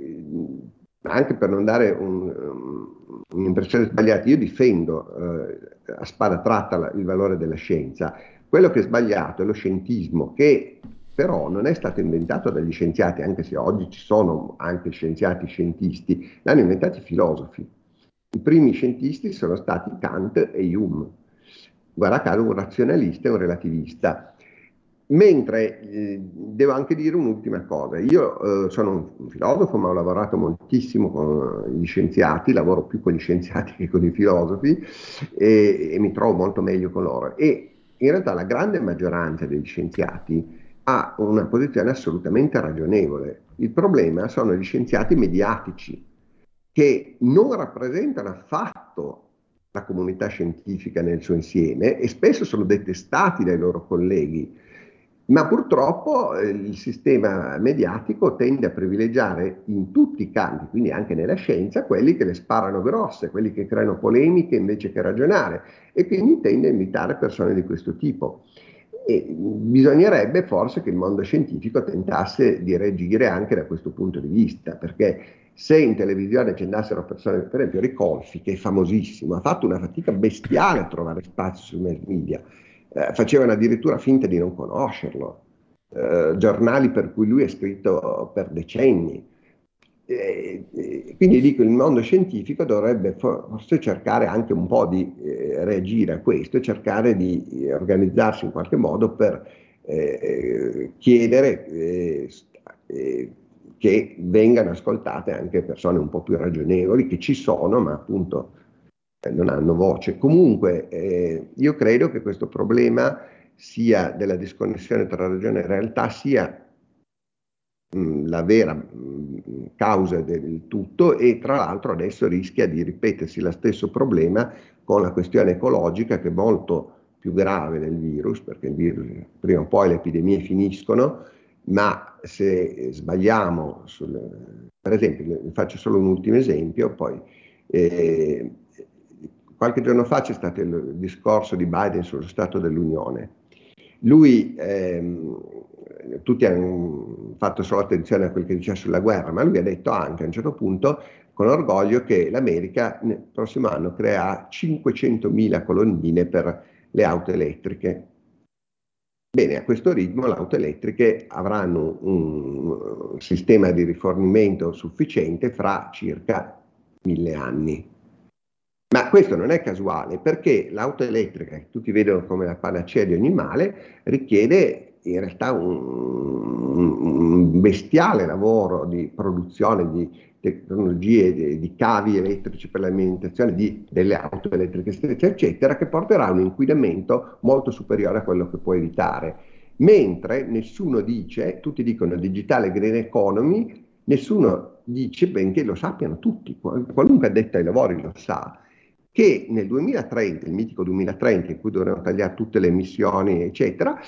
anche per non dare un, um, un'impressione sbagliata, io difendo eh, a spada tratta la, il valore della scienza. Quello che è sbagliato è lo scientismo, che però non è stato inventato dagli scienziati, anche se oggi ci sono anche scienziati scientisti, l'hanno inventato i filosofi. I primi scientisti sono stati Kant e Hume, guarda caso un razionalista e un relativista. Mentre eh, devo anche dire un'ultima cosa, io eh, sono un filosofo, ma ho lavorato moltissimo con gli scienziati, lavoro più con gli scienziati che con i filosofi e, e mi trovo molto meglio con loro, e in realtà la grande maggioranza degli scienziati ha una posizione assolutamente ragionevole. Il problema sono gli scienziati mediatici, che non rappresentano affatto la comunità scientifica nel suo insieme e spesso sono detestati dai loro colleghi. Ma purtroppo eh, il sistema mediatico tende a privilegiare in tutti i campi, quindi anche nella scienza, quelli che le sparano grosse, quelli che creano polemiche invece che ragionare, e quindi tende a invitare persone di questo tipo. E bisognerebbe forse che il mondo scientifico tentasse di reagire anche da questo punto di vista, perché se in televisione ci andassero persone, per esempio Ricolfi, che è famosissimo, ha fatto una fatica bestiale a trovare spazio sui mass media, Eh, facevano addirittura finta di non conoscerlo, eh, giornali per cui lui ha scritto per decenni. E, e, quindi dico, il mondo scientifico dovrebbe forse cercare anche un po' di eh, reagire a questo e cercare di eh, organizzarsi in qualche modo per eh, chiedere eh, eh, che vengano ascoltate anche persone un po' più ragionevoli, che ci sono, ma appunto non hanno voce. Comunque eh, io credo che questo problema sia della disconnessione tra ragione e realtà sia mh, la vera mh, causa del tutto, e tra l'altro adesso rischia di ripetersi lo stesso problema con la questione ecologica, che è molto più grave del virus, perché il virus prima o poi le epidemie finiscono, ma se sbagliamo sul, per esempio, faccio solo un ultimo esempio, poi eh, qualche giorno fa c'è stato il discorso di Biden sullo Stato dell'Unione. Lui, ehm, tutti hanno fatto solo attenzione a quel che diceva sulla guerra, ma lui ha detto anche a un certo punto con orgoglio che l'America nel prossimo anno creerà cinquecentomila colonnine per le auto elettriche. Bene, a questo ritmo le auto elettriche avranno un sistema di rifornimento sufficiente fra circa mille anni. Ma questo non è casuale, perché l'auto elettrica, che tutti vedono come la panacea di ogni male, richiede in realtà un, un bestiale lavoro di produzione di tecnologie, di, di cavi elettrici per l'alimentazione di, delle auto elettriche stesse, eccetera, che porterà a un inquinamento molto superiore a quello che può evitare. Mentre nessuno dice, tutti dicono digitale green economy, nessuno dice, benché lo sappiano tutti, qualunque addetto ai lavori lo sa, che nel duemilatrenta, il mitico duemilatrenta, in cui dovremo tagliare tutte le emissioni, eccetera,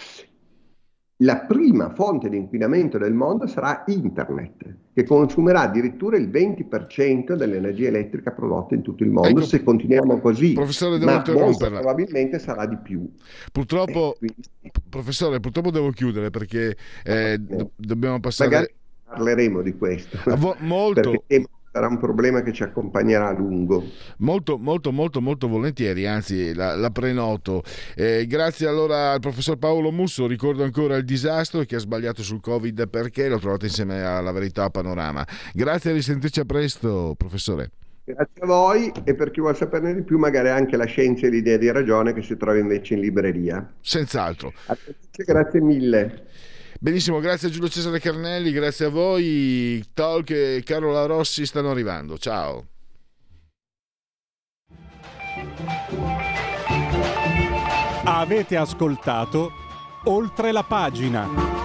la prima fonte di inquinamento del mondo sarà internet, che consumerà addirittura il venti per cento dell'energia elettrica prodotta in tutto il mondo, ecco, se continuiamo così. Professore, devo ma interromperla. Probabilmente sarà di più. Purtroppo, eh, quindi... professore, purtroppo devo chiudere perché eh, no. do- dobbiamo passare... Magari parleremo di questo. Vo- molto... Perché sarà un problema che ci accompagnerà a lungo. Molto, molto, molto, molto volentieri, anzi la, la prenoto. Eh, grazie allora al professor Paolo Musso, ricordo ancora il disastro che ha sbagliato sul Covid, perché l'ho trovato insieme alla Verità a Panorama. Grazie, a risentirci a presto, professore. Grazie a voi, e per chi vuole saperne di più magari anche La scienza e l'idea di ragione, che si trova invece in libreria. Senz'altro. Grazie mille. Benissimo, grazie a Giulio Cesare Carnelli, grazie a voi. Talk e Carola Rossi stanno arrivando. Ciao. Avete ascoltato Oltre la pagina.